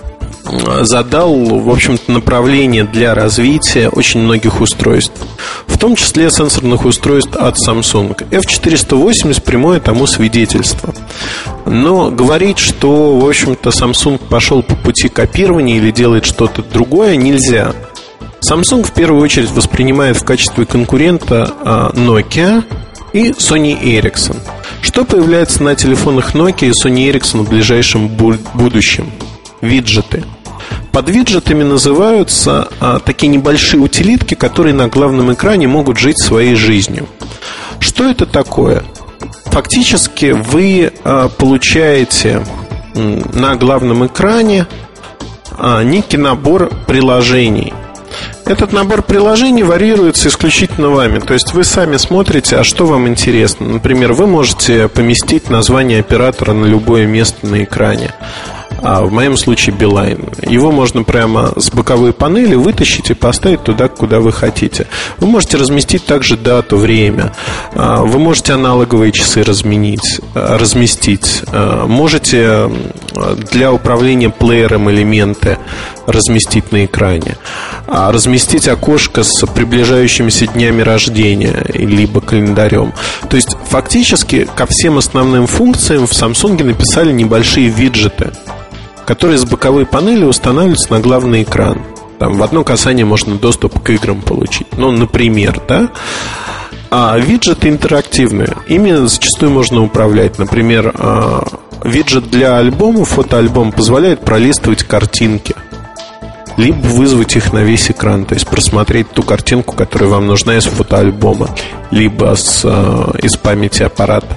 задал, в общем-то, направление для развития очень многих устройств, в том числе сенсорных устройств от Samsung. F480 прямое тому свидетельство. Но говорить, что, в общем-то, Samsung пошел по пути копирования или делает что-то другое, нельзя. Samsung в первую очередь воспринимает в качестве конкурента Nokia и Sony Ericsson. Что появляется на телефонах Nokia и Sony Ericsson в ближайшем будущем? Виджеты. Под виджетами называются такие небольшие утилитки, которые на главном экране могут жить своей жизнью. Что это такое? Фактически вы получаете на главном экране некий набор приложений. Этот набор приложений варьируется исключительно вами. То есть вы сами смотрите, а что вам интересно. Например, вы можете поместить название оператора на любое место на экране. В моем случае Билайн. Его можно прямо с боковой панели вытащить и поставить туда, куда вы хотите. Вы можете разместить также дату, время. Вы можете аналоговые часы разместить. Можете для управления плеером элементы разместить на экране. Разместить окошко с приближающимися днями рождения либо календарем. То есть фактически ко всем основным функциям в Samsung написали небольшие виджеты, которые с боковой панели устанавливаются на главный экран. Там в одно касание можно доступ к играм получить. Ну, например, да? А виджеты интерактивные. Ими зачастую можно управлять. Например, виджет для альбома, фотоальбом, позволяет пролистывать картинки, либо вызвать их на весь экран. То есть просмотреть ту картинку, которая вам нужна из фотоальбома, либо из памяти аппарата.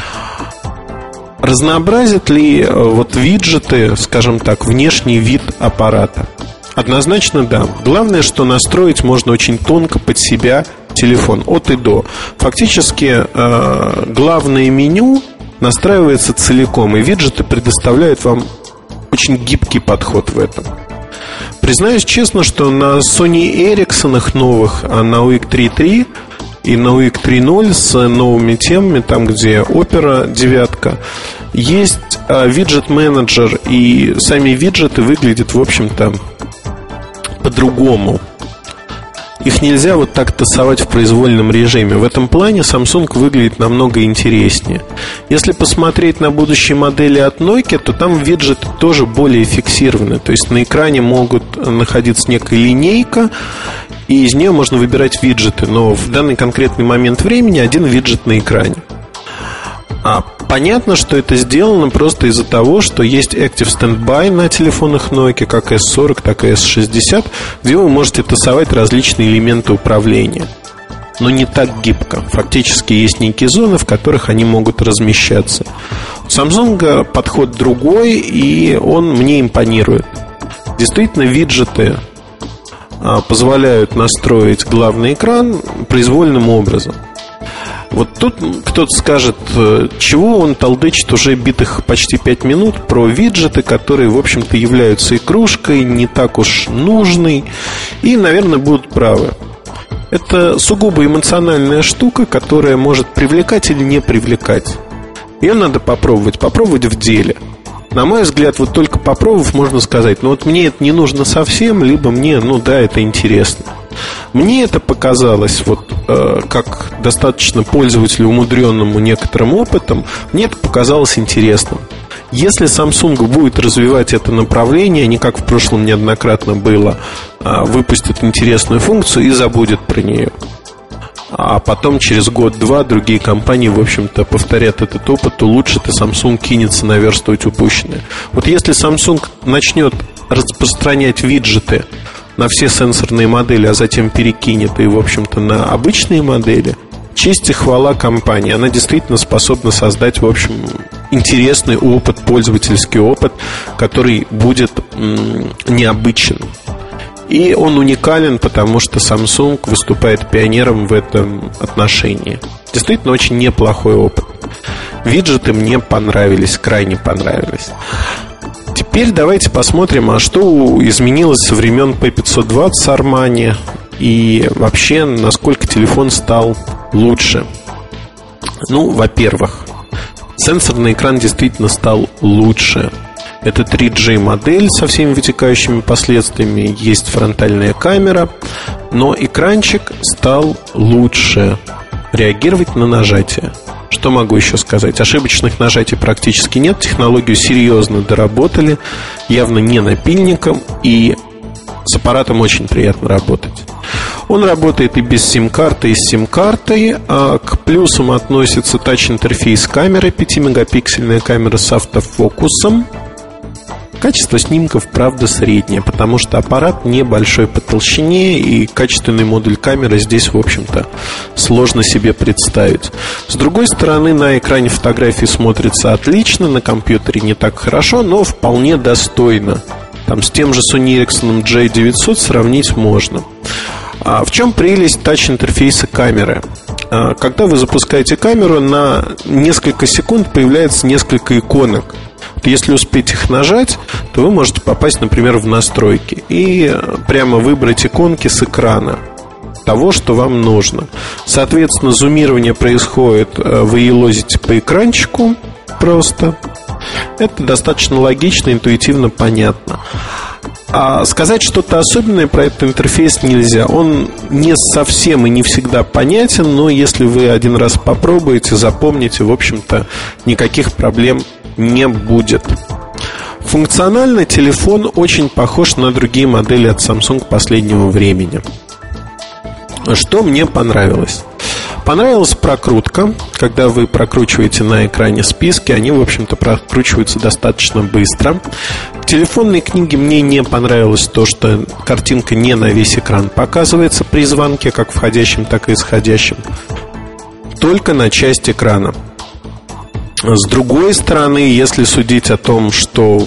Разнообразят ли вот виджеты, скажем так, внешний вид аппарата? Однозначно да. Главное, что настроить можно очень тонко под себя телефон, от и до. Фактически главное меню настраивается целиком, и виджеты предоставляют вам очень гибкий подход в этом. Признаюсь честно, что на Sony Ericsson новых, на UX 3.3 и на UX 3.0 с новыми темами, там, где Opera 9, есть виджет-менеджер, и сами виджеты выглядят, в общем-то, по-другому. Их нельзя вот так тасовать в произвольном режиме. В этом плане Samsung выглядит намного интереснее. Если посмотреть на будущие модели от Nokia, то там виджеты тоже более фиксированы. То есть на экране могут находиться некая линейка, и из нее можно выбирать виджеты. Но в данный конкретный момент времени один виджет на экране. Понятно, что это сделано просто из-за того, что есть Active Standby на телефонах Nokia, как S40, так и S60, где вы можете тасовать различные элементы управления. Но не так гибко. Фактически есть некие зоны, в которых они могут размещаться. У Samsung подход другой, и он мне импонирует. Действительно, виджеты позволяют настроить главный экран произвольным образом. Вот тут кто-то скажет, чего он толдычит уже битых почти 5 минут про виджеты, которые, в общем-то, являются игрушкой, не так уж нужной, и, наверное, будут правы. Это сугубо эмоциональная штука, которая может привлекать или не привлекать. Ее надо попробовать в деле. На мой взгляд, вот только попробовав, можно сказать, ну вот мне это не нужно совсем, либо мне, ну да, это интересно. Мне это показалось, вот как достаточно пользователю, умудренному некоторым опытом, мне это показалось интересным. Если Samsung будет развивать это направление, не как в прошлом неоднократно было, выпустит интересную функцию и забудет про нее, а потом через год-два другие компании, в общем-то, повторят этот опыт, улучшат, и Samsung кинется наверстывать упущенное. Вот если Samsung начнет распространять виджеты на все сенсорные модели, а затем перекинет и, в общем-то, на обычные модели, честь и хвала компании. Она действительно способна создать, в общем, интересный опыт, пользовательский опыт, который будет необычен. И он уникален, потому что Samsung выступает пионером в этом отношении. Действительно, очень неплохой опыт. Виджеты мне понравились, крайне понравились. Теперь давайте посмотрим, а что изменилось со времен P520 с Armani и вообще, насколько телефон стал лучше. Ну, во-первых, сенсорный экран действительно стал лучше. Это 3G модель со всеми вытекающими последствиями. Есть фронтальная камера, но экранчик стал лучше реагировать на нажатие. Что могу еще сказать? Ошибочных нажатий практически нет. Технологию серьезно доработали, явно не напильником, и с аппаратом очень приятно работать. Он работает и без сим-карты, и с сим-картой. К плюсам относится тач-интерфейс камеры, 5-мегапиксельная камера с автофокусом. Качество снимков, правда, среднее, потому что аппарат небольшой по толщине, и качественный модуль камеры здесь, в общем-то, сложно себе представить. С другой стороны, на экране фотографии смотрится отлично, на компьютере не так хорошо, но вполне достойно. Там с тем же Sony Ericsson J900 сравнить можно. А в чем прелесть тач-интерфейса камеры? Когда вы запускаете камеру, на несколько секунд появляется несколько иконок. Если успеть их нажать, то вы можете попасть, например, в настройки и прямо выбрать иконки с экрана того, что вам нужно. Соответственно, зумирование происходит, вы елозите по экранчику просто. Это достаточно логично, интуитивно понятно. А сказать что-то особенное про этот интерфейс нельзя. Он не совсем и не всегда понятен, но если вы один раз попробуете, запомните, в общем-то, никаких проблем не будет. Функционально телефон очень похож на другие модели от Samsung последнего времени. Что мне понравилось? Понравилась прокрутка. Когда вы прокручиваете на экране списки, они, в общем-то, прокручиваются достаточно быстро. В телефонной книге мне не понравилось то, что картинка не на весь экран показывается при звонке, как входящем, так и исходящем, только на часть экрана. С другой стороны, если судить о том, что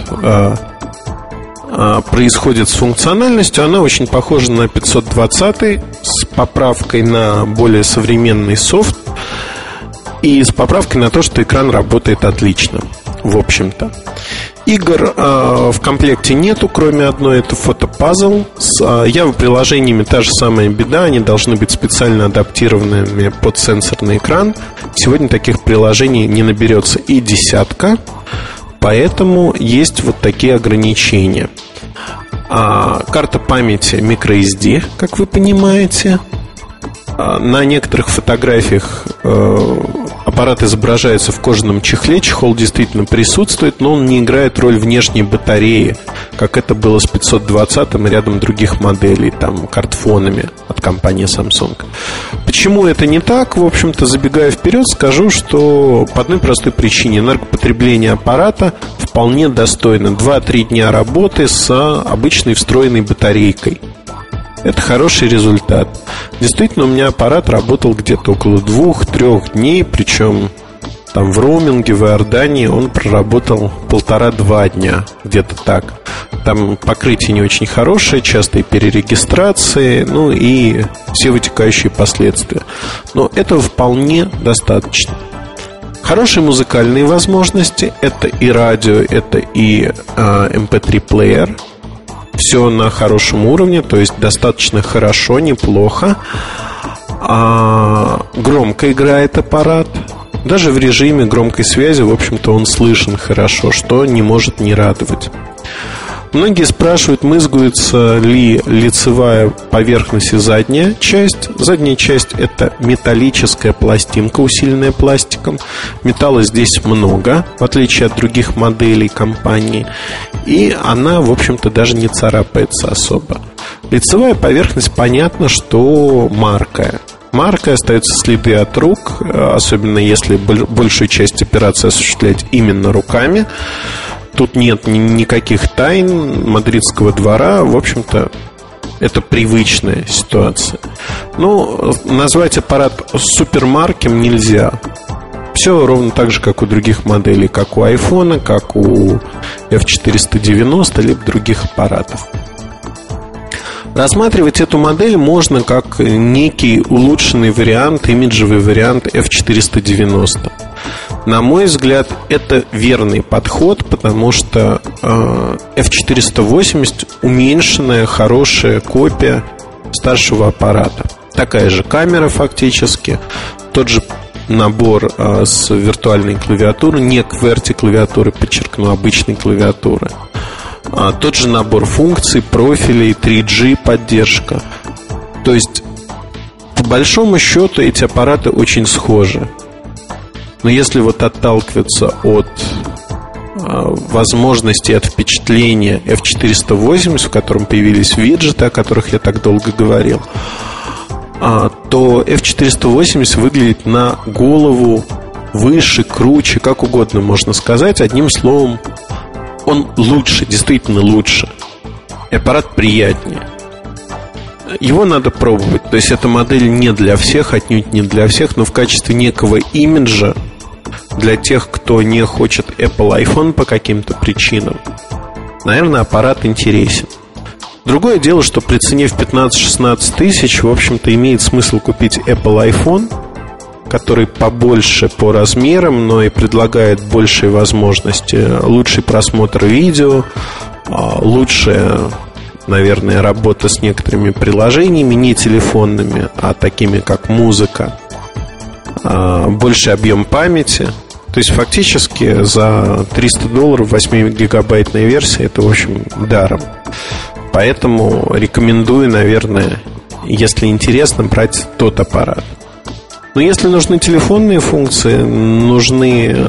происходит с функциональностью, она очень похожа на 520 с поправкой на более современный софт и с поправкой на то, что экран работает отлично, в общем-то. Игр в комплекте нету, кроме одной, это фотопазл. С Java-приложениями та же самая беда, они должны быть специально адаптированными под сенсорный экран. Сегодня таких приложений не наберется и десятка, поэтому есть вот такие ограничения. Карта памяти microSD, как вы понимаете. На некоторых фотографиях аппарат изображается в кожаном чехле. Чехол действительно присутствует, но он не играет роль внешней батареи, как это было с 520-м и рядом других моделей, там, картфонами от компании Samsung. Почему это не так? В общем-то, забегая вперед, скажу, что по одной простой причине: энергопотребление аппарата вполне достойно. 2-3 дня работы с обычной встроенной батарейкой. Это хороший результат. Действительно, у меня аппарат работал где-то около 2-3 дней. Причем там в роуминге в Иордании он проработал 1,5-2 дня. Где-то так. Там покрытие не очень хорошее, частые перерегистрации, ну и все вытекающие последствия. Но этого вполне достаточно. Хорошие музыкальные возможности. Это и радио, это и MP3-плеер. Все на хорошем уровне, то есть достаточно хорошо, неплохо. Громко играет аппарат. Даже в режиме громкой связи, в общем-то, он слышен хорошо, что не может не радовать. Многие спрашивают, мызгуется ли лицевая поверхность и задняя часть. Задняя часть — это металлическая пластинка, усиленная пластиком. Металла здесь много, в отличие от других моделей компании. И она, в общем-то, даже не царапается особо. Лицевая поверхность, понятно, что маркая. Маркой остаются следы от рук, особенно если большую часть операции осуществлять именно руками. Тут нет никаких тайн мадридского двора. В общем-то, это привычная ситуация. Но назвать аппарат супермаркем нельзя. Все ровно так же, как у других моделей, как у iPhone, как у F490, либо других аппаратов. Рассматривать эту модель можно как некий улучшенный вариант, имиджевый вариант F490. На мой взгляд, это верный подход, потому что F480 уменьшенная, хорошая копия старшего аппарата. Такая же камера фактически, тот же набор с виртуальной клавиатуры, не QWERTY клавиатуры, подчеркну, обычной клавиатуры. Тот же набор функций, профилей, 3G поддержка. То есть, по большому счету, эти аппараты очень схожи. Но если вот отталкиваться от возможности, от впечатления F480, в котором появились виджеты, о которых я так долго говорил, то F480 выглядит на голову выше, круче, как угодно можно сказать. Одним словом, он лучше, действительно лучше. И аппарат приятнее. Его надо пробовать. То есть эта модель не для всех, отнюдь не для всех, но в качестве некого имиджа для тех, кто не хочет Apple iPhone по каким-то причинам, наверное, аппарат интересен. Другое дело, что при цене в 15-16 тысяч, в общем-то, имеет смысл купить Apple iPhone, который побольше по размерам, но и предлагает большие возможности. Лучший просмотр видео, лучшая, наверное, работа с некоторыми приложениями, не телефонными, а такими как музыка, больший объем памяти. То есть фактически за $300 8-гигабайтная версия — это, в общем, даром. Поэтому рекомендую, наверное, если интересно, брать тот аппарат. Но если нужны телефонные функции, нужны,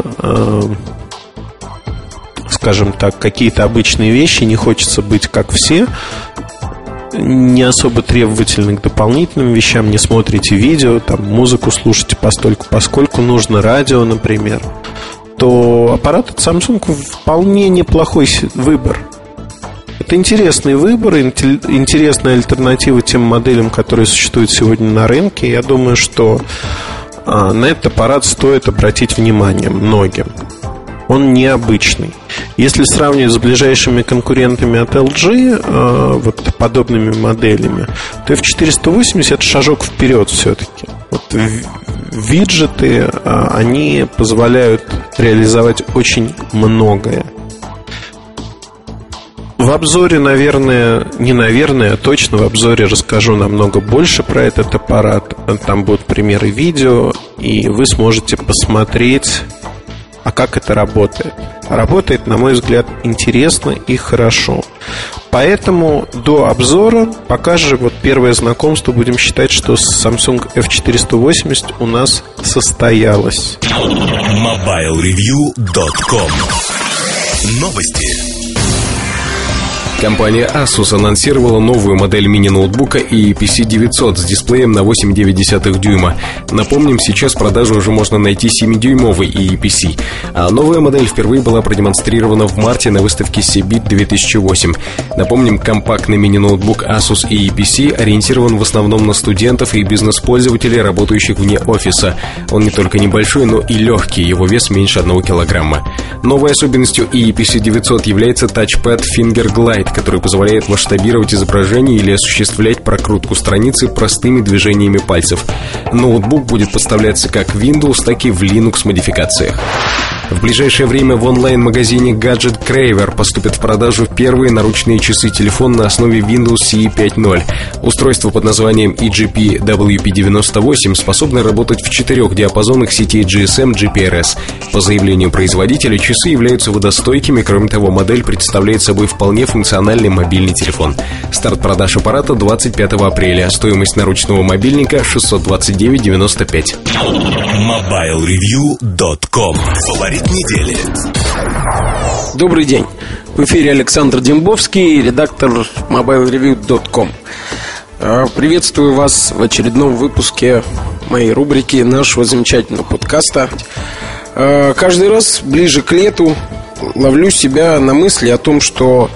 скажем так, какие-то обычные вещи, не хочется быть как все, не особо требовательны к дополнительным вещам, не смотрите видео, там, музыку слушайте постольку, поскольку нужно радио, например, то аппарат от Samsung вполне неплохой выбор. Это интересный выбор, интересная альтернатива тем моделям, которые существуют сегодня на рынке. Я думаю, что на этот аппарат стоит обратить внимание многим. Он необычный. Если сравнивать с ближайшими конкурентами от LG, вот подобными моделями, то F480 это шажок вперед все-таки. Вот виджеты, они позволяют реализовать очень многое. В обзоре, а точно в обзоре расскажу намного больше про этот аппарат. Там будут примеры видео, и вы сможете посмотреть, как это работает. Работает, на мой взгляд, интересно и хорошо. Поэтому до обзора, пока же вот первое знакомство, будем считать, что с Samsung F480 у нас состоялось. MobileReview.com. Новости. Компания Asus анонсировала новую модель мини-ноутбука EPC 900 с дисплеем на 8,9 дюйма. Напомним, сейчас в продаже уже можно найти 7-дюймовый EPC. А новая модель впервые была продемонстрирована в марте на выставке CeBIT 2008. Напомним, компактный мини-ноутбук Asus EPC ориентирован в основном на студентов и бизнес-пользователей, работающих вне офиса. Он не только небольшой, но и легкий, его вес меньше 1 килограмма. Новой особенностью EPC 900 является тачпад Finger Glide, который позволяет масштабировать изображение или осуществлять прокрутку страницы простыми движениями пальцев. Ноутбук будет поставляться как в Windows, так и в Linux модификациях. В ближайшее время в онлайн-магазине Gadget Craver поступят в продажу первые наручные часы-телефон на основе Windows CE 5.0. Устройство под названием EGP WP98 способно работать в 4 диапазонах сетей GSM GPRS. По заявлению производителя, часы являются водостойкими, кроме того, модель представляет собой вполне функциональный мобильный телефон. Старт продаж аппарата 25 апреля. Стоимость наручного мобильника $629.95. MobileReview.com. Фаворит недели. Добрый день. В эфире Александр Дембовский, редактор MobileReview.com. Приветствую вас в очередном выпуске моей рубрики, нашего замечательного подкаста. Каждый раз ближе к лету ловлю себя на мысли о том, что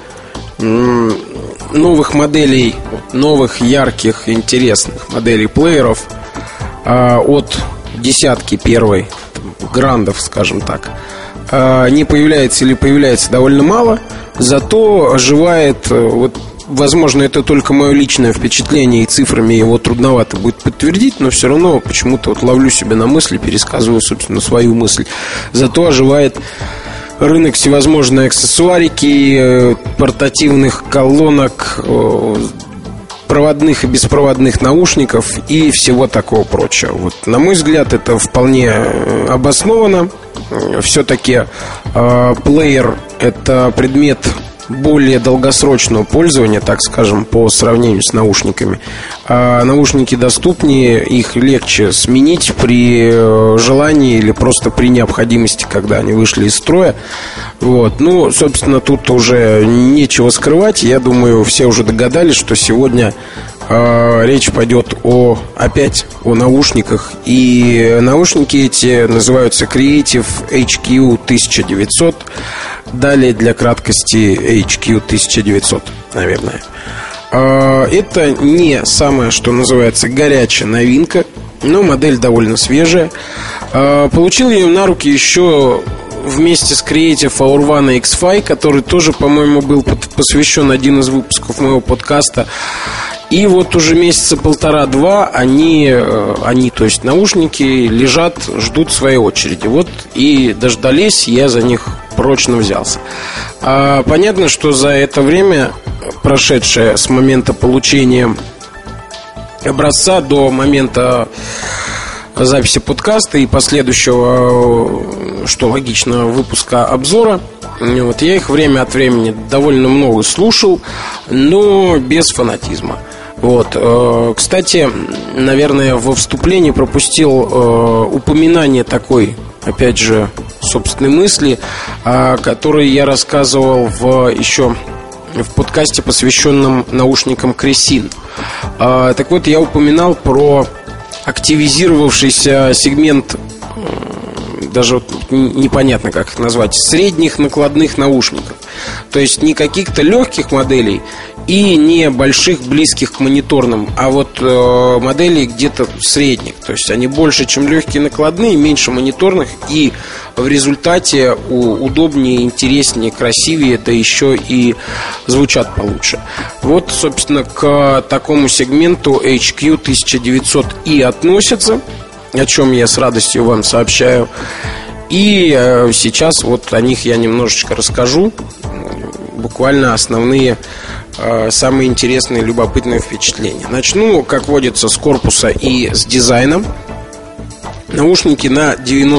новых моделей, новых, ярких, интересных моделей плееров от десятки первой грандов, скажем так, не появляется или появляется довольно мало. Зато оживает, вот, возможно, это только мое личное впечатление, и цифрами его трудновато будет подтвердить, но все равно почему-то вот ловлю себя на мысли, пересказываю, собственно, свою мысль. Зато оживает рынок всевозможной аксессуарики, портативных колонок, проводных и беспроводных наушников и всего такого прочего. Вот, на мой взгляд, это вполне обосновано. Все-таки плеер – это предмет более долгосрочного пользования, так скажем, по сравнению с наушниками. Наушники доступнее, их легче сменить при желании или просто при необходимости, когда они вышли из строя. Вот. Ну, собственно, тут уже нечего скрывать. Я думаю, все уже догадались, что сегодня речь пойдет опять о наушниках. И наушники эти называются Creative HQ 1900. Далее для краткости HQ 1900, наверное. Это не самая, что называется, горячая новинка, но модель довольно свежая. Получил ее на руки еще вместе с Creative Aurvana X-Fi, который тоже, по-моему, был посвящен один из выпусков моего подкаста. И вот уже месяца полтора-два они, то есть наушники, лежат, ждут своей очереди. Вот и дождались, я за них прочно взялся. Понятно, что за это время, прошедшее с момента получения образца до момента записи подкаста и последующего, что логично, выпуска обзора, вот, я их время от времени довольно много слушал, но без фанатизма. Вот. Кстати, наверное, во вступлении пропустил упоминание такой, опять же, собственной мысли, о которой я рассказывал еще в подкасте, посвященном наушникам Cresin. Так вот, я упоминал про активизировавшийся сегмент, даже непонятно, как их назвать, средних накладных наушников. То есть не каких-то легких моделей и не больших, близких к мониторным, а вот моделей где-то средних. То есть они больше, чем легкие накладные, меньше мониторных, и в результате удобнее, интереснее, красивее, да еще и звучат получше. Вот, собственно, к такому сегменту HQ 1900 и относится, о чем я с радостью вам сообщаю. И сейчас вот о них я немножечко расскажу. Буквально основные, самые интересные, любопытные впечатления. Начну, как водится, с корпуса и с дизайном. Наушники на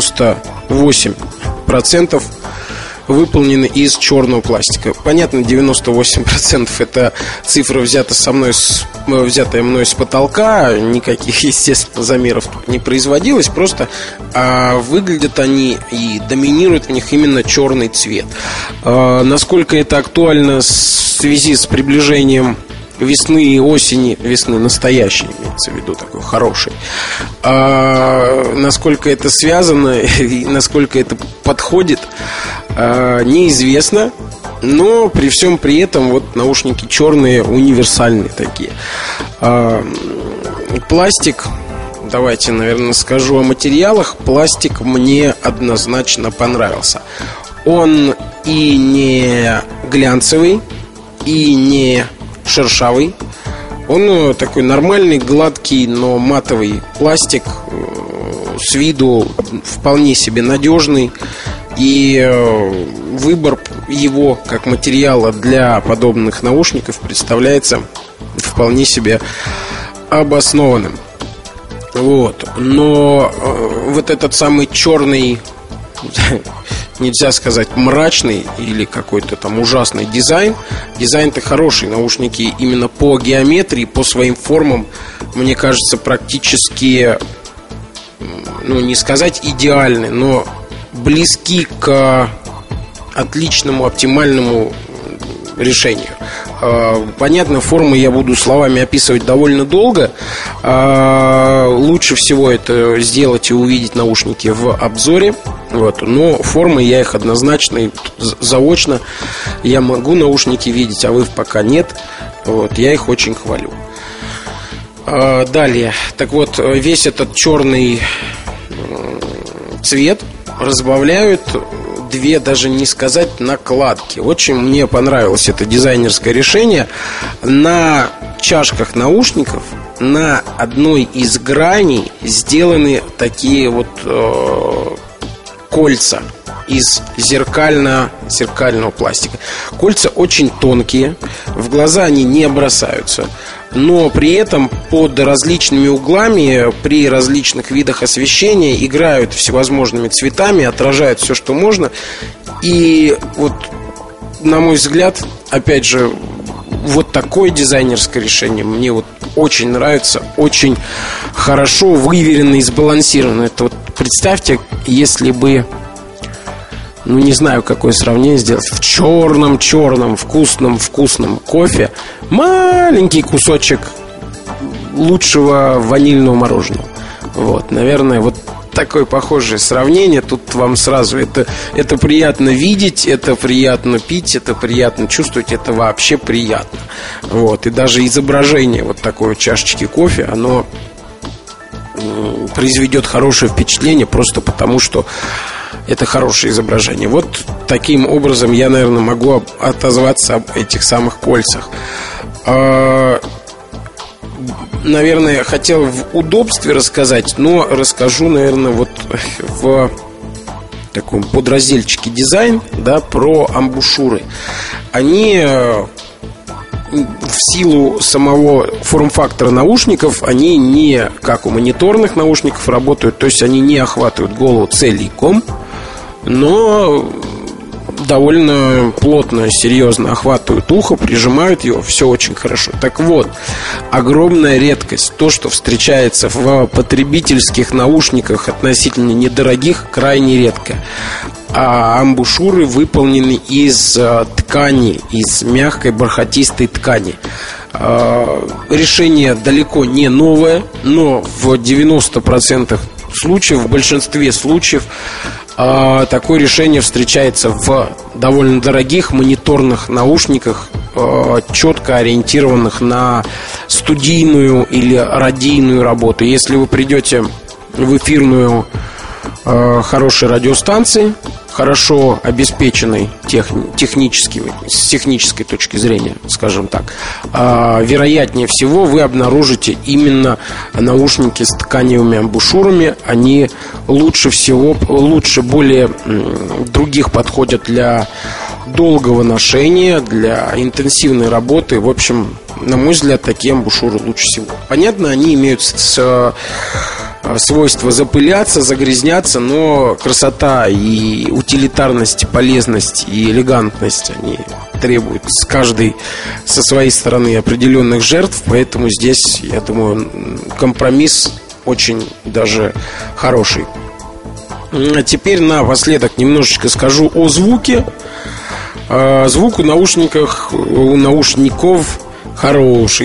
98% выполнены из черного пластика. Понятно, 98% это цифра, взятая мной с потолка. Никаких, естественно, замеров тут не производилось. Просто выглядят они и доминирует в них именно черный цвет. Насколько это актуально в связи с приближением весны и осени, весны настоящей, имеется в виду, такой хороший. Насколько это связано и насколько это подходит, неизвестно. Но при всем при этом вот наушники черные, универсальные такие. Пластик, давайте, наверное, скажу о материалах. Пластик мне однозначно понравился. Он и не глянцевый, и не шершавый. Он такой нормальный, гладкий, но матовый пластик, с виду вполне себе надежный. И выбор его как материала для подобных наушников представляется вполне себе обоснованным. Вот. Но вот этот самый черный, нельзя сказать мрачный или какой-то там ужасный дизайн. Дизайн-то хороший. Наушники именно по геометрии, по своим формам, мне кажется, практически, не сказать идеальны, но близки к отличному, оптимальному решению. Понятно, формы я буду словами описывать довольно долго. Лучше всего это сделать и увидеть наушники в обзоре. Вот. Но формы я их однозначно и заочно я могу наушники видеть, а вы пока нет. Вот. Я их очень хвалю. Далее. Так вот, весь этот черный цвет разбавляют две, даже не сказать, накладки. Очень мне понравилось это дизайнерское решение. На чашках наушников на одной из граней сделаны такие вот кольца из зеркального пластика. Кольца очень тонкие, в глаза они не бросаются. но при этом под различными углами, при различных видах освещения играют всевозможными цветами, отражают все, что можно. И вот, на мой взгляд, опять же, вот такое дизайнерское решение мне вот очень нравится, очень хорошо выверено и сбалансировано. Это вот представьте, если бы, ну не знаю, какое сравнение сделать, в черном вкусном кофе маленький кусочек лучшего ванильного мороженого. Вот, наверное, вот такое похожее сравнение. Тут вам сразу это приятно видеть, это приятно пить, это приятно чувствовать, это вообще приятно. Вот, и даже изображение вот такой чашечки кофе, оно произведет хорошее впечатление просто потому, что это хорошее изображение. Вот таким образом я, наверное, могу отозваться об этих самых кольцах. Наверное, хотел в удобстве рассказать, но расскажу, наверное, вот в таком подразделчике дизайн, да, про амбушюры. Они в силу самого форм-фактора наушников, они не как у мониторных наушников работают, то есть они не охватывают голову целиком, но довольно плотно, серьезно охватывают ухо, прижимают его, все очень хорошо. Так вот, огромная редкость, то, что встречается в потребительских наушниках относительно недорогих, крайне редко. А амбушюры выполнены из ткани, из мягкой бархатистой ткани. Решение далеко не новое, но в 90% случаев, в большинстве случаев такое решение встречается в довольно дорогих мониторных наушниках, четко ориентированных на студийную или радийную работу. Если вы придете в эфирную хорошей радиостанции, хорошо обеспеченной технически, с технической точки зрения, скажем так, вероятнее всего вы обнаружите именно наушники с тканевыми амбушюрами. Они лучше всего, более других подходят для долгого ношения, для интенсивной работы. В общем, на мой взгляд, такие амбушюры лучше всего. Понятно, они имеют свойство запыляться, загрязняться, но красота и утилитарность, полезность и элегантность, они требуют с каждой со своей стороны определенных жертв, поэтому здесь, я думаю, компромисс очень даже хороший. А теперь напоследок немножечко скажу о звуке. Звук у наушников хороший.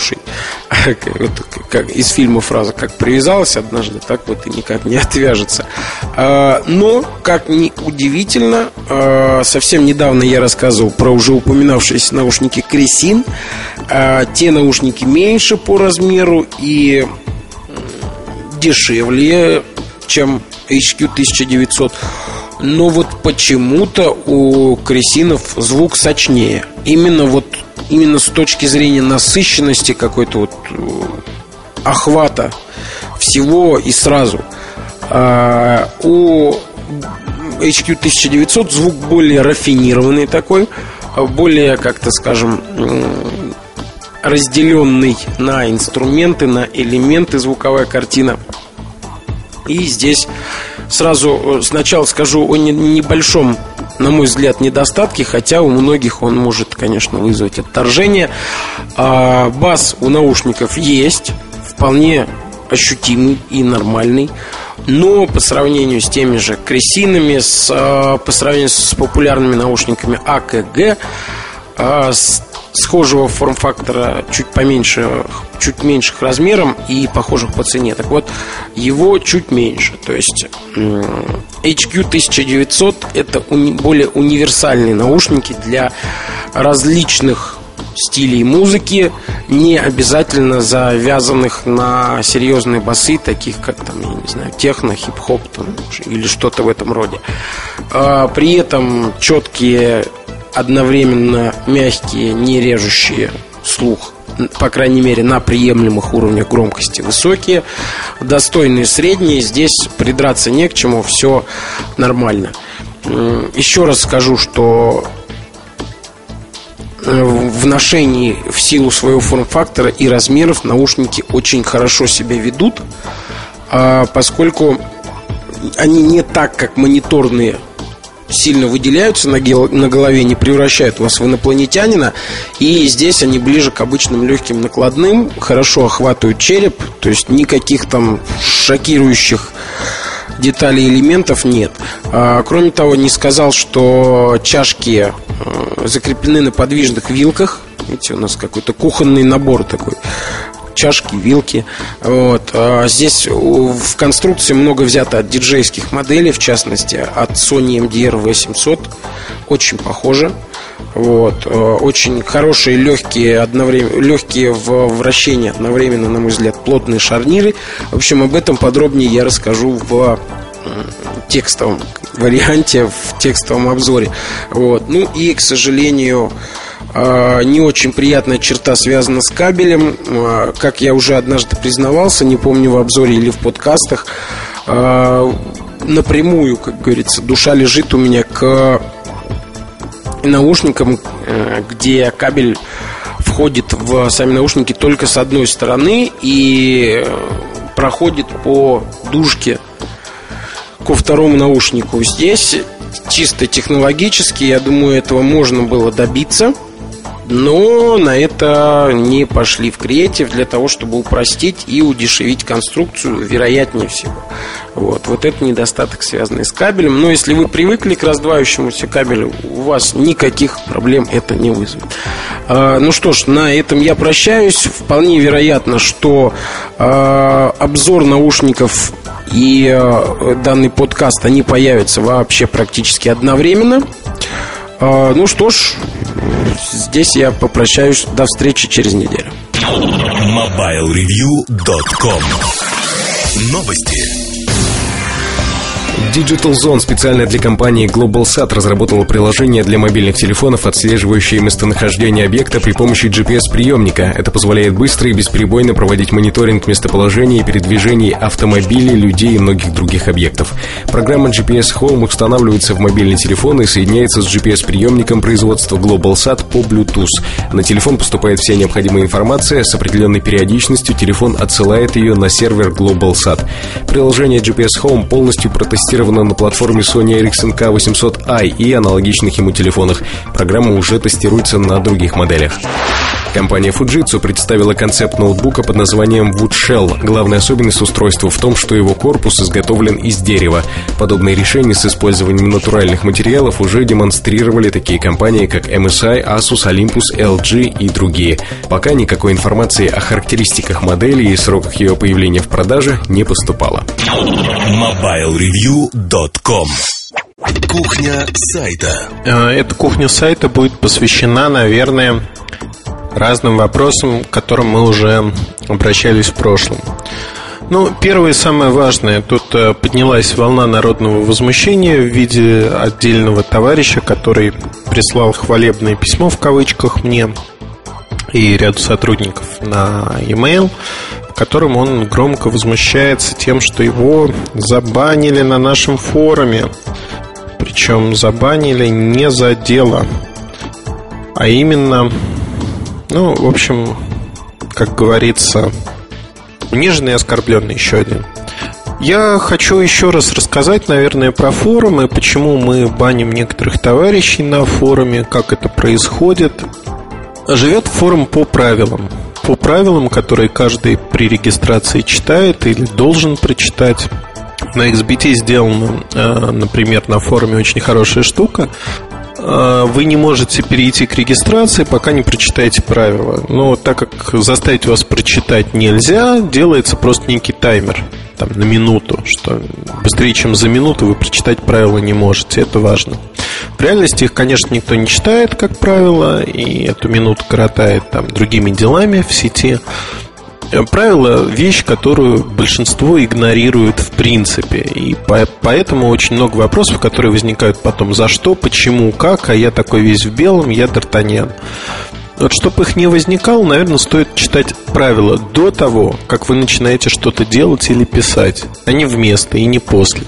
Как из фильма фраза «как привязалась однажды, так вот и никак не отвяжется». Но, как ни удивительно, совсем недавно я рассказывал про уже упоминавшиеся наушники Cresin. Те наушники меньше по размеру и дешевле, чем HQ 1900. Но вот почему-то у Кресинов звук сочнее. Именно с точки зрения насыщенности, какой-то вот охвата всего и сразу. У HQ 1900 звук более рафинированный такой, более, как-то скажем, разделенный на инструменты, на элементы звуковая картина. И здесь сразу сначала скажу о небольшом, на мой взгляд, недостатке, хотя у многих он может, конечно, вызвать отторжение. Бас у наушников есть, вполне ощутимый и нормальный. Но по сравнению с теми же Кресинами, по сравнению с популярными наушниками АКГ, схожего форм-фактора, чуть меньших размером и похожих по цене. Так вот, его чуть меньше. То есть HQ 1900 это более универсальные наушники для различных стилей музыки, не обязательно завязанных на серьезные басы, таких как там, я не знаю, техно, хип-хоп там, или что-то в этом роде. При этом четкие, одновременно мягкие, не режущие слух, по крайней мере на приемлемых уровнях громкости, высокие, достойные средние. Здесь придраться не к чему, все нормально. Еще раз скажу, что в ношении в силу своего форм-фактора и размеров наушники очень хорошо себя ведут, поскольку они не так, как мониторные, сильно выделяются на голове, не превращают вас в инопланетянина. И здесь они ближе к обычным легким накладным, хорошо охватывают череп, то есть никаких там шокирующих деталей, элементов нет. Кроме того, не сказал, что чашки закреплены на подвижных вилках. Видите, у нас какой-то кухонный набор такой. Чашки, вилки. Вот. Здесь в конструкции много взято от диджейских моделей, в частности от Sony MDR V700. Очень похоже. Вот. Очень хорошие, легкие в вращении одновременно, на мой взгляд, плотные шарниры. В общем, об этом подробнее я расскажу в текстовом варианте, в текстовом обзоре. Вот. Ну и, к сожалению, не очень приятная черта связана с кабелем. Как я уже однажды признавался, не помню, в обзоре или в подкастах, напрямую, как говорится, душа лежит у меня к наушникам, где кабель входит в сами наушники только с одной стороны и проходит по дужке ко второму наушнику. Здесь чисто технологически, я думаю, этого можно было добиться, но на это не пошли в Creative для того, чтобы упростить и удешевить конструкцию, вероятнее всего. Вот это недостаток, связанный с кабелем. Но если вы привыкли к раздваивающемуся кабелю, у вас никаких проблем это не вызовет. Ну что ж, на этом я прощаюсь. Вполне вероятно, что обзор наушников и данный подкаст, они появятся вообще практически одновременно. Ну что ж, здесь я попрощаюсь. До встречи через неделю. MobileReview.com. Новости. Digital Zone специально для компании GlobalSat разработала приложение для мобильных телефонов, отслеживающее местонахождение объекта при помощи GPS-приемника. Это позволяет быстро и бесперебойно проводить мониторинг местоположения и передвижений автомобилей, людей и многих других объектов. Программа GPS Home устанавливается в мобильный телефон и соединяется с GPS-приемником производства GlobalSat по Bluetooth. На телефон поступает вся необходимая информация. С определенной периодичностью телефон отсылает ее на сервер GlobalSat. Приложение GPS Home полностью протестировано на платформе Sony Ericsson K800i и аналогичных ему телефонах. Программа уже тестируется на других моделях. Компания Fujitsu представила концепт ноутбука под названием Woodshell. Главная особенность устройства в том, что его корпус изготовлен из дерева. Подобные решения с использованием натуральных материалов уже демонстрировали такие компании, как MSI, Asus, Olympus, LG и другие. Пока никакой информации о характеристиках модели и сроках ее появления в продаже не поступало. MobileReview.com. Кухня сайта. Эта кухня сайта будет посвящена, наверное, разным вопросам, к которым мы уже обращались в прошлом. Первое и самое важное. Тут поднялась волна народного возмущения в виде отдельного товарища, который прислал хвалебное письмо, в кавычках, мне и ряду сотрудников на e-mail, в котором он громко возмущается тем, что его забанили на нашем форуме. Причем забанили не за дело, а именно... в общем, как говорится, униженный и оскорбленный еще один. Я хочу еще раз рассказать, наверное, про форумы, почему мы баним некоторых товарищей на форуме, как это происходит. Живет форум по правилам, которые каждый при регистрации читает или должен прочитать. На XBT сделана, например, на форуме очень хорошая штука. Вы не можете перейти к регистрации, пока не прочитаете правила. Но так как заставить вас прочитать нельзя, делается просто некий таймер на минуту, что быстрее, чем за минуту, вы прочитать правила не можете. Это важно. В реальности их, конечно, никто не читает, как правило, и эту минуту коротает другими делами в сети. Правило – вещь, которую большинство игнорирует в принципе. И поэтому очень много вопросов, которые возникают потом. За что, почему, как, а я такой весь в белом, я Д'Артаньян. Вот чтобы их не возникало, наверное, стоит читать правила до того, как вы начинаете что-то делать или писать, а не вместо и не после.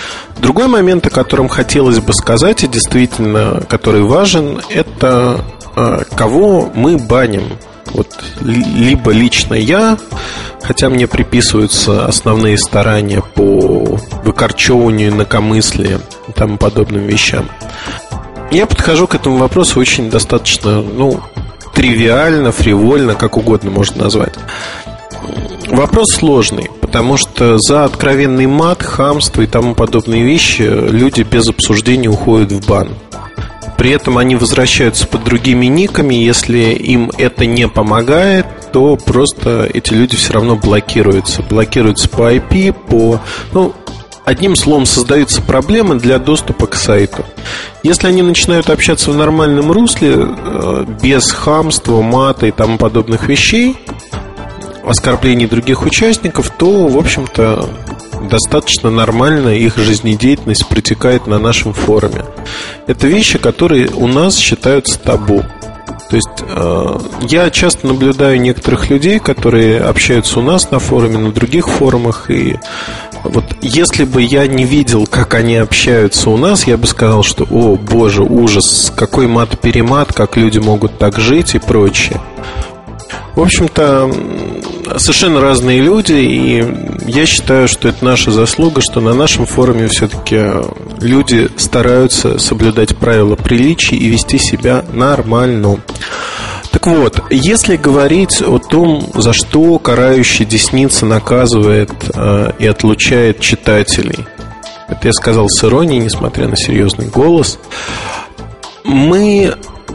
Другой момент, о котором хотелось бы сказать, и действительно, который важен, это кого мы баним? Вот либо лично я, хотя мне приписываются основные старания по выкорчевыванию инакомыслия и тому подобным вещам. Я подхожу к этому вопросу очень достаточно, тривиально, фривольно, как угодно можно назвать. Вопрос сложный, потому что за откровенный мат, хамство и тому подобные вещи люди без обсуждения уходят в бан. При этом они возвращаются под другими никами. Если им это не помогает, то просто эти люди все равно блокируются. Блокируются по IP, одним словом, создаются проблемы для доступа к сайту. Если они начинают общаться в нормальном русле, без хамства, мата и тому подобных вещей, оскорблений других участников, то, в общем-то, достаточно нормально их жизнедеятельность протекает на нашем форуме. Это вещи, которые у нас считаются табу. То есть я часто наблюдаю некоторых людей, которые общаются у нас на форуме, на других форумах. И вот если бы я не видел, как они общаются у нас, я бы сказал, что о боже, ужас, какой мат-перемат, как люди могут так жить и прочее. В общем-то, совершенно разные люди, и я считаю, что это наша заслуга, что на нашем форуме все-таки люди стараются соблюдать правила приличия и вести себя нормально. Так вот, если говорить о том, за что карающая десница наказывает и отлучает читателей, это я сказал с иронией, несмотря на серьезный голос, мы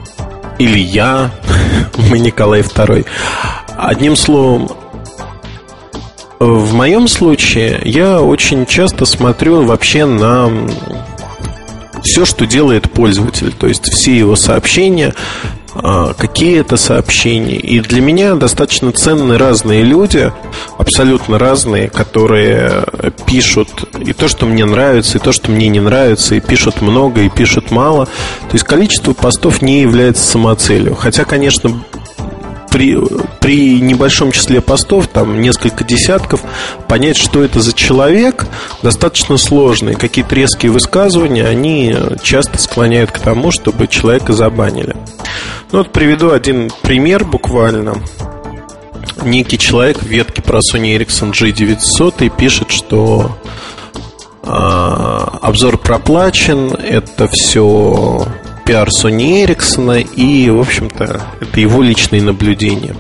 Николай II. Одним словом, в моем случае я очень часто смотрю вообще на все, что делает пользователь. То есть все его сообщения, какие это сообщения. И для меня достаточно ценны разные люди, абсолютно разные, которые пишут и то, что мне нравится, и то, что мне не нравится, и пишут много, и пишут мало. То есть количество постов не является самоцелью. Хотя, конечно, при небольшом числе постов, там несколько десятков, понять, что это за человек, достаточно сложно. И какие-то резкие высказывания, они часто склоняют к тому, чтобы человека забанили. Приведу один пример буквально. Некий человек в ветке про Sony Ericsson G900 и пишет, что обзор проплачен, это все пиар Sony Ericsson, и, в общем-то, это его личные наблюдения.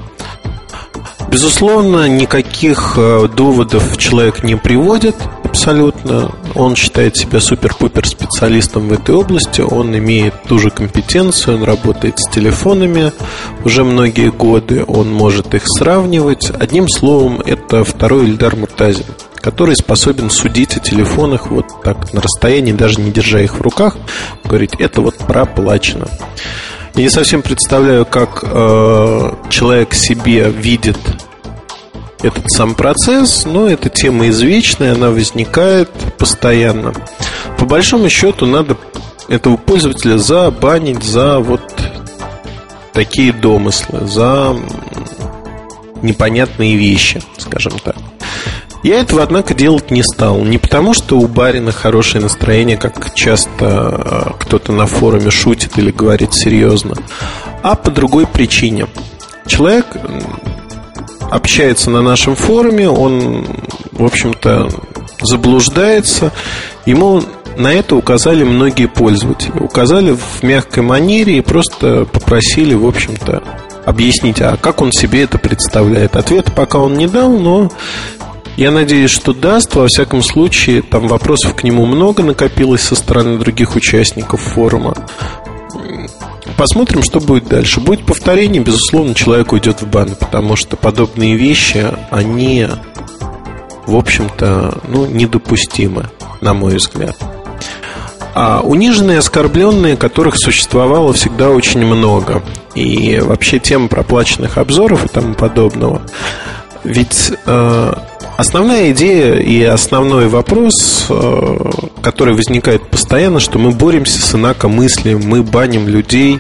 Безусловно, никаких доводов человек не приводит абсолютно. Он считает себя супер-пупер специалистом в этой области. Он имеет ту же компетенцию, он работает с телефонами уже многие годы, он может их сравнивать. Одним словом, это второй Ильдар Муртазин, который способен судить о телефонах вот так на расстоянии, даже не держа их в руках, говорить, это вот проплачено. Я не совсем представляю, как человек себе видит этот сам процесс, но эта тема извечная, она возникает постоянно. По большому счету надо этого пользователя забанить за вот такие домыслы, за непонятные вещи, скажем так. Я этого, однако, делать не стал. Не потому, что у барина хорошее настроение, как часто кто-то на форуме шутит или говорит серьезно, а по другой причине. Человек общается на нашем форуме, он, в общем-то, заблуждается. Ему на это указали многие пользователи. Указали в мягкой манере и просто попросили, в общем-то, объяснить, а как он себе это представляет. Ответа пока он не дал, но я надеюсь, что даст. Во всяком случае, там вопросов к нему много накопилось со стороны других участников форума. Посмотрим, что будет дальше. Будет повторение, безусловно, человек уйдет в бан, потому что подобные вещи, они, в общем-то, недопустимы, на мой взгляд. А униженные, оскорбленные, которых существовало всегда очень много. И вообще тема проплаченных обзоров и тому подобного. Ведь основная идея и основной вопрос, который возникает постоянно, что мы боремся с инакомыслием, мы баним людей,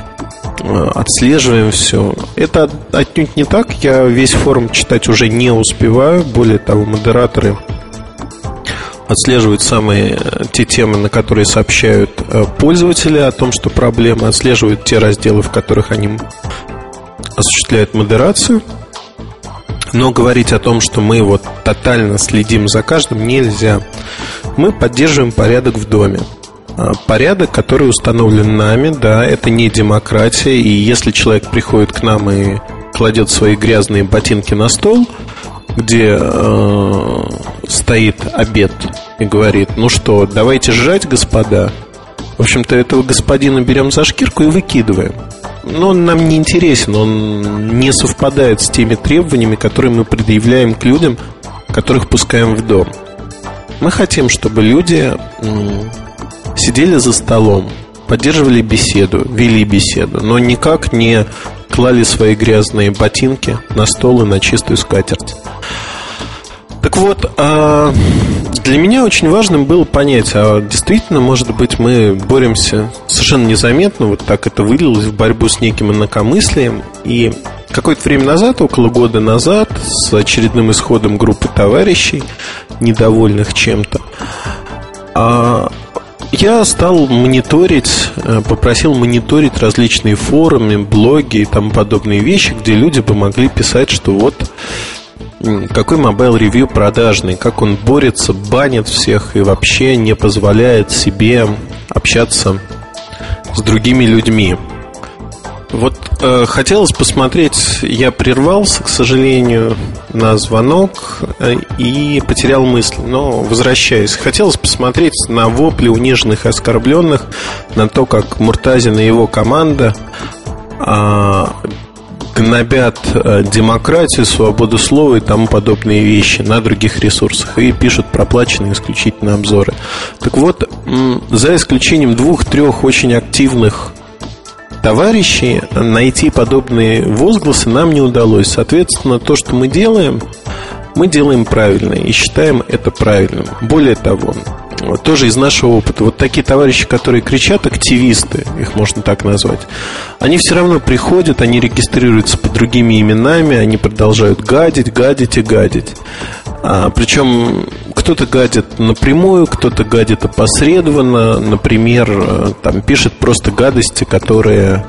отслеживаем все. Это отнюдь не так. Я весь форум читать уже не успеваю. Более того, модераторы отслеживают те темы, на которые сообщают пользователи о том, что проблема, отслеживают те разделы, в которых они осуществляют модерацию. Но говорить о том, что мы вот тотально следим за каждым, нельзя. Мы поддерживаем порядок в доме. Порядок, который установлен нами, да, это не демократия. И если человек приходит к нам и кладет свои грязные ботинки на стол, где стоит обед, и говорит: ну что, давайте жрать, господа. В общем-то, этого господина берем за шкирку и выкидываем. Но он нам не интересен, он не совпадает с теми требованиями, которые мы предъявляем к людям, которых пускаем в дом. Мы хотим, чтобы люди сидели за столом, поддерживали беседу, вели беседу, но никак не клали свои грязные ботинки на стол и на чистую скатерть. Так вот, для меня очень важным было понять, а действительно, может быть, мы боремся совершенно незаметно, вот так это вылилось в борьбу с неким инакомыслием. И какое-то время назад, около года назад, с очередным исходом группы товарищей, недовольных чем-то, я стал попросил мониторить различные форумы, блоги и тому подобные вещи, где люди бы могли писать, что вот какой Mobile Review продажный, как он борется, банит всех и вообще не позволяет себе общаться с другими людьми. Вот хотелось посмотреть, я прервался, к сожалению, на звонок и потерял мысль, но возвращаюсь. Хотелось посмотреть на вопли униженных и оскорбленных, на то, как Муртазин и его команда гнобят демократию, свободу слова и тому подобные вещи на других ресурсах и пишут проплаченные исключительно обзоры. Так вот, за исключением 2-3 очень активных товарищей, найти подобные возгласы нам не удалось. Соответственно, то, что мы делаем правильно и считаем это правильным. Более того, тоже из нашего опыта, вот такие товарищи, которые кричат, активисты, их можно так назвать, они все равно приходят, они регистрируются под другими именами, они продолжают гадить. Причем кто-то гадит напрямую, кто-то гадит опосредованно. Например, там пишет просто гадости, которые,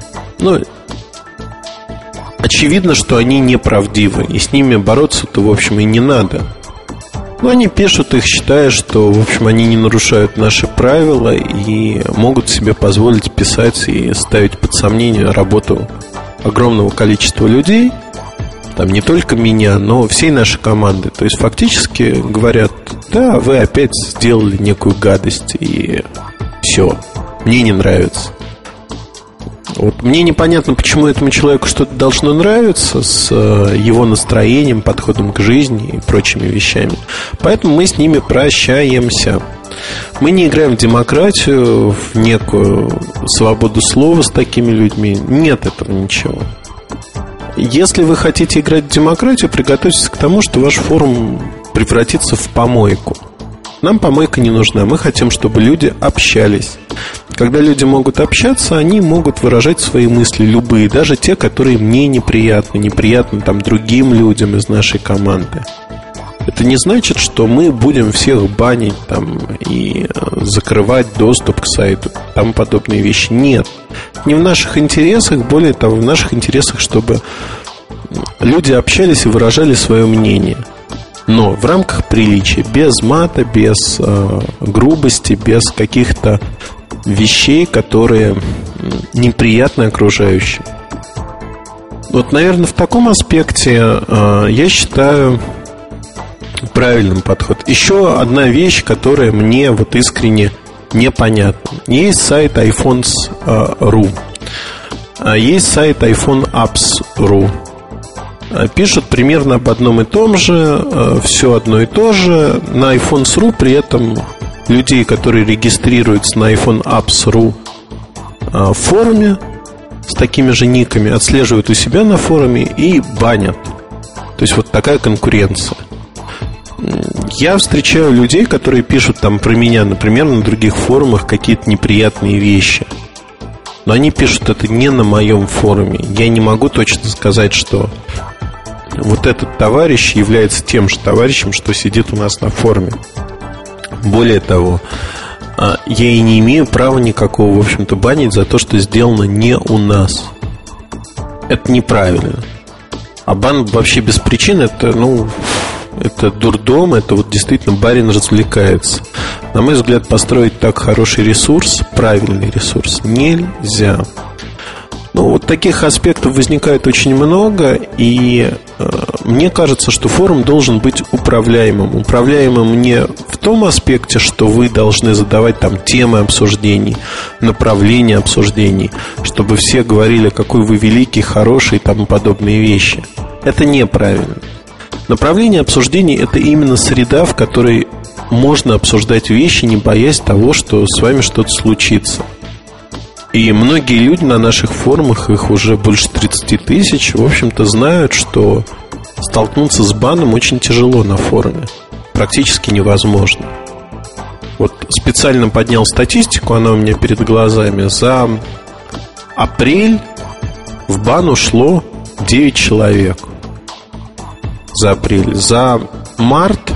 очевидно, что они неправдивы, и с ними бороться-то, в общем, и не надо. Но они пишут их, считая, что, в общем, они не нарушают наши правила и могут себе позволить писать и ставить под сомнение работу огромного количества людей. Там не только меня, но всей нашей команды. То есть фактически говорят: да, вы опять сделали некую гадость, и все, мне не нравится. Вот мне непонятно, почему этому человеку что-то должно нравиться с его настроением, подходом к жизни и прочими вещами. Поэтому мы с ними прощаемся. Мы не играем в демократию, в некую свободу слова с такими людьми. Нет этого ничего. Если вы хотите играть в демократию, приготовьтесь к тому, что ваш форум превратится в помойку. Нам помойка не нужна. Мы хотим, чтобы люди общались. Когда люди могут общаться, они могут выражать свои мысли, любые, даже те, которые мне неприятны там другим людям из нашей команды. Это не значит, что мы будем всех банить там и закрывать доступ к сайту, там подобные вещи. Нет. Не в наших интересах. Более того, в наших интересах, чтобы люди общались и выражали свое мнение. Но в рамках приличия, без мата, без грубости, без каких-то вещей, которые неприятны окружающим. Вот, наверное, в таком аспекте я считаю правильным подход. Еще одна вещь, которая мне вот искренне непонятна. Есть сайт iPhones.ru, есть сайт iPhoneApps.ru. Пишут примерно об одном и том же, все одно и то же. На iPhones.ru при этом людей, которые регистрируются на iPhoneApps.ru в форуме с такими же никами, отслеживают у себя на форуме и банят. То есть вот такая конкуренция. Я встречаю людей, которые пишут там про меня, например, на других форумах какие-то неприятные вещи. Но они пишут это не на моем форуме. Я не могу точно сказать, что вот этот товарищ является тем же товарищем, что сидит у нас на форуме. Более того, я и не имею права никакого, в общем-то, банить за то, что сделано не у нас. Это неправильно. А бан вообще без причин это дурдом, это вот действительно барин развлекается. На мой взгляд, построить так хороший ресурс, правильный ресурс, нельзя. Вот таких аспектов возникает очень много, и мне кажется, что форум должен быть управляемым. Управляемым не в том аспекте, что вы должны задавать там темы обсуждений, направления обсуждений, чтобы все говорили, какой вы великий, хороший и тому подобные вещи. Это неправильно. Направление обсуждений – это именно среда, в которой можно обсуждать вещи, не боясь того, что с вами что-то случится. И многие люди на наших форумах, их уже больше 30 тысяч, в общем-то знают, что столкнуться с баном очень тяжело на форуме. Практически невозможно. Вот специально поднял статистику, она у меня перед глазами. За апрель в бан ушло 9 человек. За апрель. За март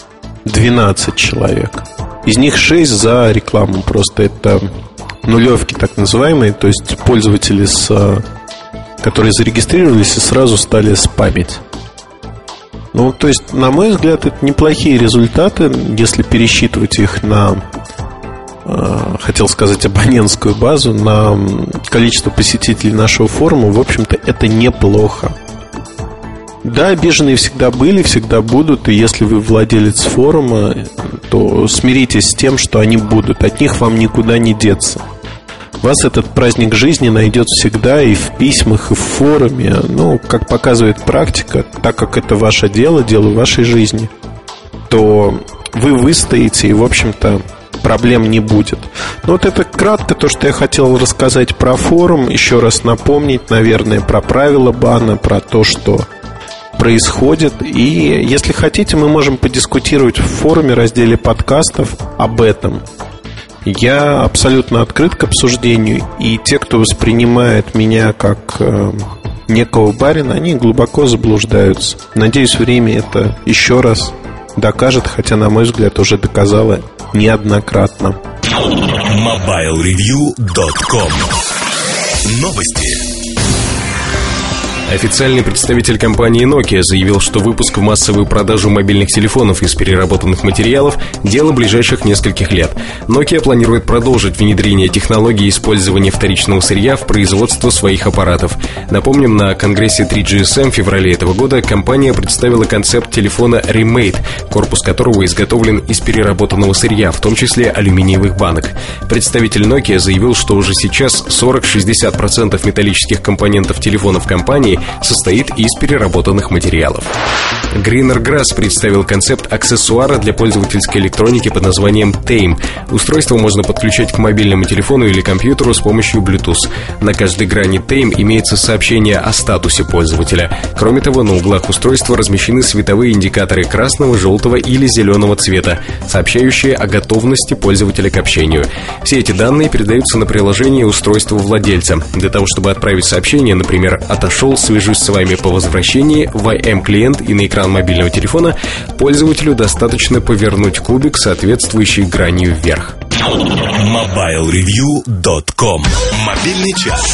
12 человек. Из них 6 за рекламу. Просто это нулевки так называемые. То есть пользователи, которые зарегистрировались и сразу стали спамить. То есть, на мой взгляд, это неплохие результаты, если пересчитывать их на, хотел сказать, абонентскую базу, на количество посетителей нашего форума. В общем-то, это неплохо. Да, обиженные всегда были, всегда будут. И если вы владелец форума, то смиритесь с тем, что они будут. От них вам никуда не деться. Вас этот праздник жизни найдет всегда и в письмах, и в форуме. Как показывает практика, так как это ваше дело вашей жизни, то вы выстоите, и, в общем-то, проблем не будет. Вот это кратко то, что я хотел рассказать про форум. Еще раз напомнить, наверное, про правила бана, про то, что происходит. И если хотите, мы можем подискутировать в форуме, разделе подкастов об этом. Я абсолютно открыт к обсуждению. И те, кто воспринимает меня как некого барина, они глубоко заблуждаются. Надеюсь, время это еще раз докажет, хотя, на мой взгляд, уже доказало неоднократно. MobileReview.com. Новости. Официальный представитель компании Nokia заявил, что выпуск в массовую продажу мобильных телефонов из переработанных материалов – дело ближайших нескольких лет. Nokia планирует продолжить внедрение технологии использования вторичного сырья в производство своих аппаратов. Напомним, на конгрессе 3GSM в феврале этого года компания представила концепт телефона Remate, корпус которого изготовлен из переработанного сырья, в том числе алюминиевых банок. Представитель Nokia заявил, что уже сейчас 40-60% металлических компонентов телефонов компании состоит из переработанных материалов. Greener Grass представил концепт аксессуара для пользовательской электроники под названием Tame. Устройство можно подключать к мобильному телефону или компьютеру с помощью Bluetooth. На каждой грани Tame имеется сообщение о статусе пользователя. Кроме того, на углах устройства размещены световые индикаторы красного, желтого или зеленого цвета, сообщающие о готовности пользователя к общению. Все эти данные передаются на приложение устройства владельца. Для того, чтобы отправить сообщение, например, «Отошел, свяжусь с вами по возвращении» в IM-клиент и на экран мобильного телефона, пользователю достаточно повернуть кубик, соответствующий гранью вверх. MobileReview.com. Мобильный час.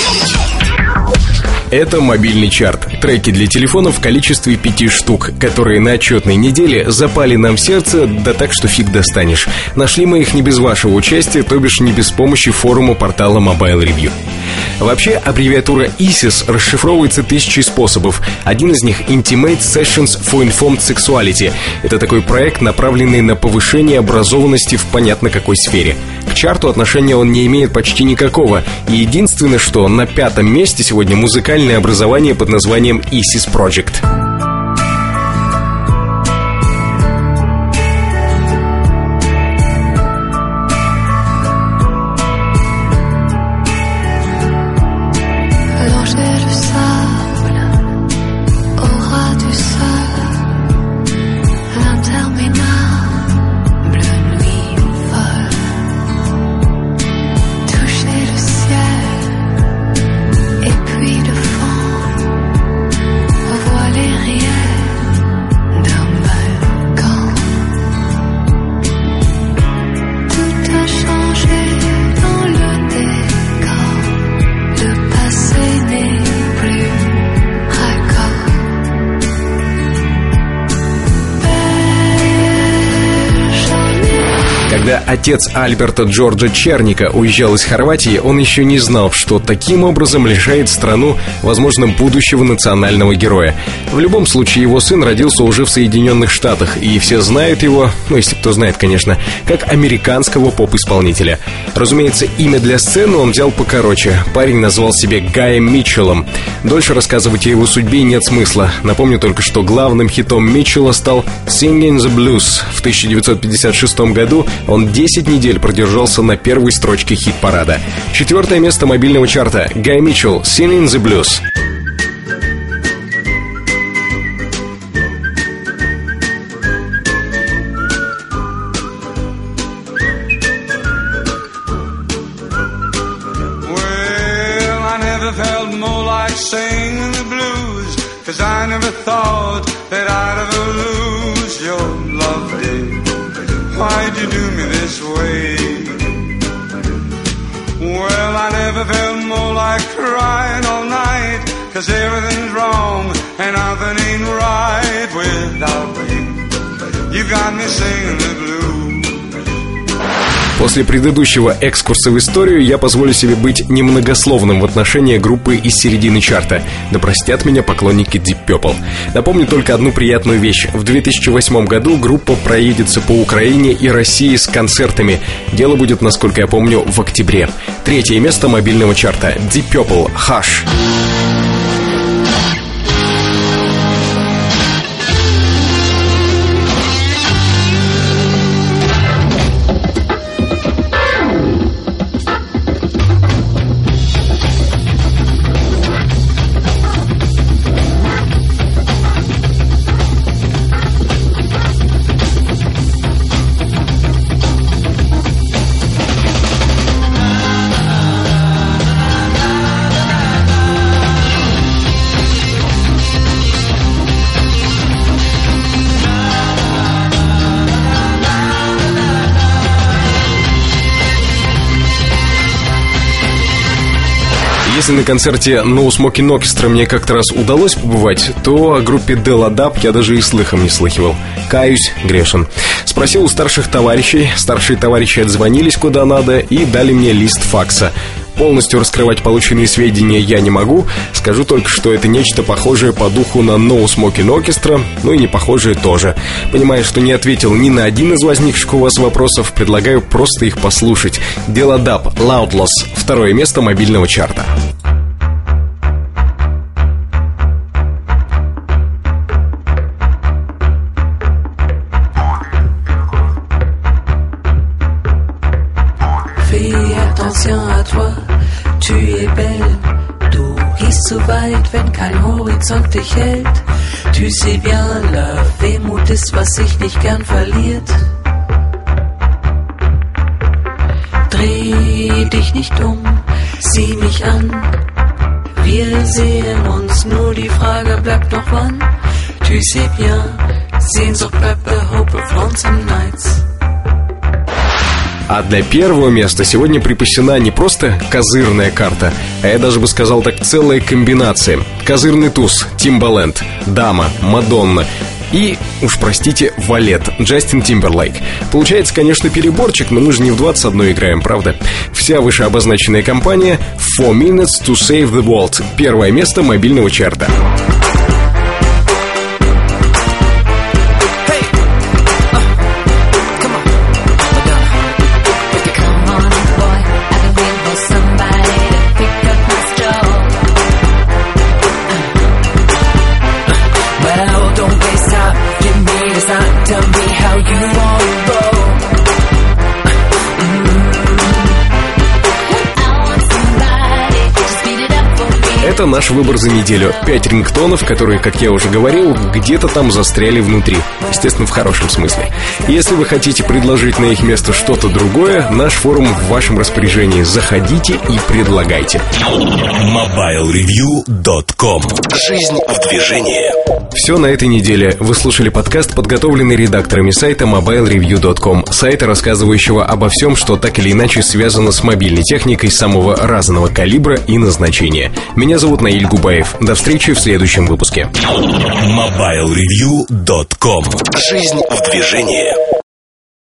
Это мобильный чарт. Треки для телефона в количестве 5 штук, которые на отчетной неделе запали нам в сердце, да так, что фиг достанешь. Нашли мы их не без вашего участия, то бишь не без помощи форума портала Mobile Review. Вообще, аббревиатура ISIS расшифровывается тысячей способов. Один из них — Intimate Sessions for Informed Sexuality. Это такой проект, направленный на повышение образованности в понятно какой сфере. К чарту отношения он не имеет почти никакого. И единственное, что на 5-м месте сегодня музыкальное образование под названием ISIS Project. Voiler Когда отец Альберта Джорджа Черника уезжал из Хорватии, он еще не знал, что таким образом лишает страну, возможно, будущего национального героя. В любом случае, его сын родился уже в Соединенных Штатах, и все знают его, если кто знает, конечно, как американского поп-исполнителя. Разумеется, имя для сцены он взял покороче. Парень назвал себя Гаем Митчеллом. Дольше рассказывать о его судьбе нет смысла. Напомню только, что главным хитом Митчелла стал «Singing the Blues». В 1956 году он 10 недель продержался на первой строчке хит-парада. 4 место мобильного чарта. Гай Митчелл, «Singing the Blues». Singing the blues, 'cause I never thought that I'd ever lose your love, dear. Why'd you do me this way? Well, I never felt more like crying all night, 'cause everything's wrong and nothing ain't right without me. You got me singing the blues. После предыдущего экскурса в историю я позволю себе быть немногословным в отношении группы из середины чарта. Да простят меня поклонники Deep Purple. Напомню только одну приятную вещь. В 2008 году группа проедется по Украине и России с концертами. Дело будет, насколько я помню, в октябре. 3 место мобильного чарта. Deep Purple, «Hush». Если на концерте No Smoking Orchestra мне как-то раз удалось побывать, то о группе Делодап я даже и слыхом не слыхивал. Каюсь, грешен. Спросил у старших товарищей. Старшие товарищи отзвонились куда надо и дали мне лист факса. Полностью раскрывать полученные сведения я не могу. Скажу только, что это нечто похожее по духу на No Smoking Orchestra, ну и не похожее тоже. Понимая, что не ответил ни на один из возникших у вас вопросов, предлагаю просто их послушать. Делодап, Loudless, 2 место мобильного чарта. Tu es belle, du riechst so weit, wenn kein Horizont dich hält. Tu sais bien, la Wehmut ist, was sich nicht gern verliert. Dreh dich nicht um, sieh mich an. Wir sehen uns, nur die Frage bleibt noch wann. Tu sais bien, Sehnsucht bleibt the hope of lonesome nights. А для первого места сегодня припасена не просто козырная карта, а я даже бы сказал так, целая комбинация. Козырный туз, Timbaland, Дама, Мадонна и, уж простите, Валет, Джастин Тимберлейк. Получается, конечно, переборчик, но мы же не в 21 играем, правда? Вся вышеобозначенная компания 4 Minutes to Save the World. 1 место мобильного чарта. Это наш выбор за неделю. 5 рингтонов, которые, как я уже говорил, где-то там застряли внутри. Естественно, в хорошем смысле. Если вы хотите предложить на их место что-то другое, наш форум в вашем распоряжении. Заходите и предлагайте. MobileReview.com. Жизнь в движении. Все на этой неделе. Вы слушали подкаст, подготовленный редакторами сайта MobileReview.com. Сайта, рассказывающего обо всем, что так или иначе связано с мобильной техникой самого разного калибра и назначения. Меня зовут Наиль Губаев. До встречи в следующем выпуске. MobileReview.com. Жизнь в движении.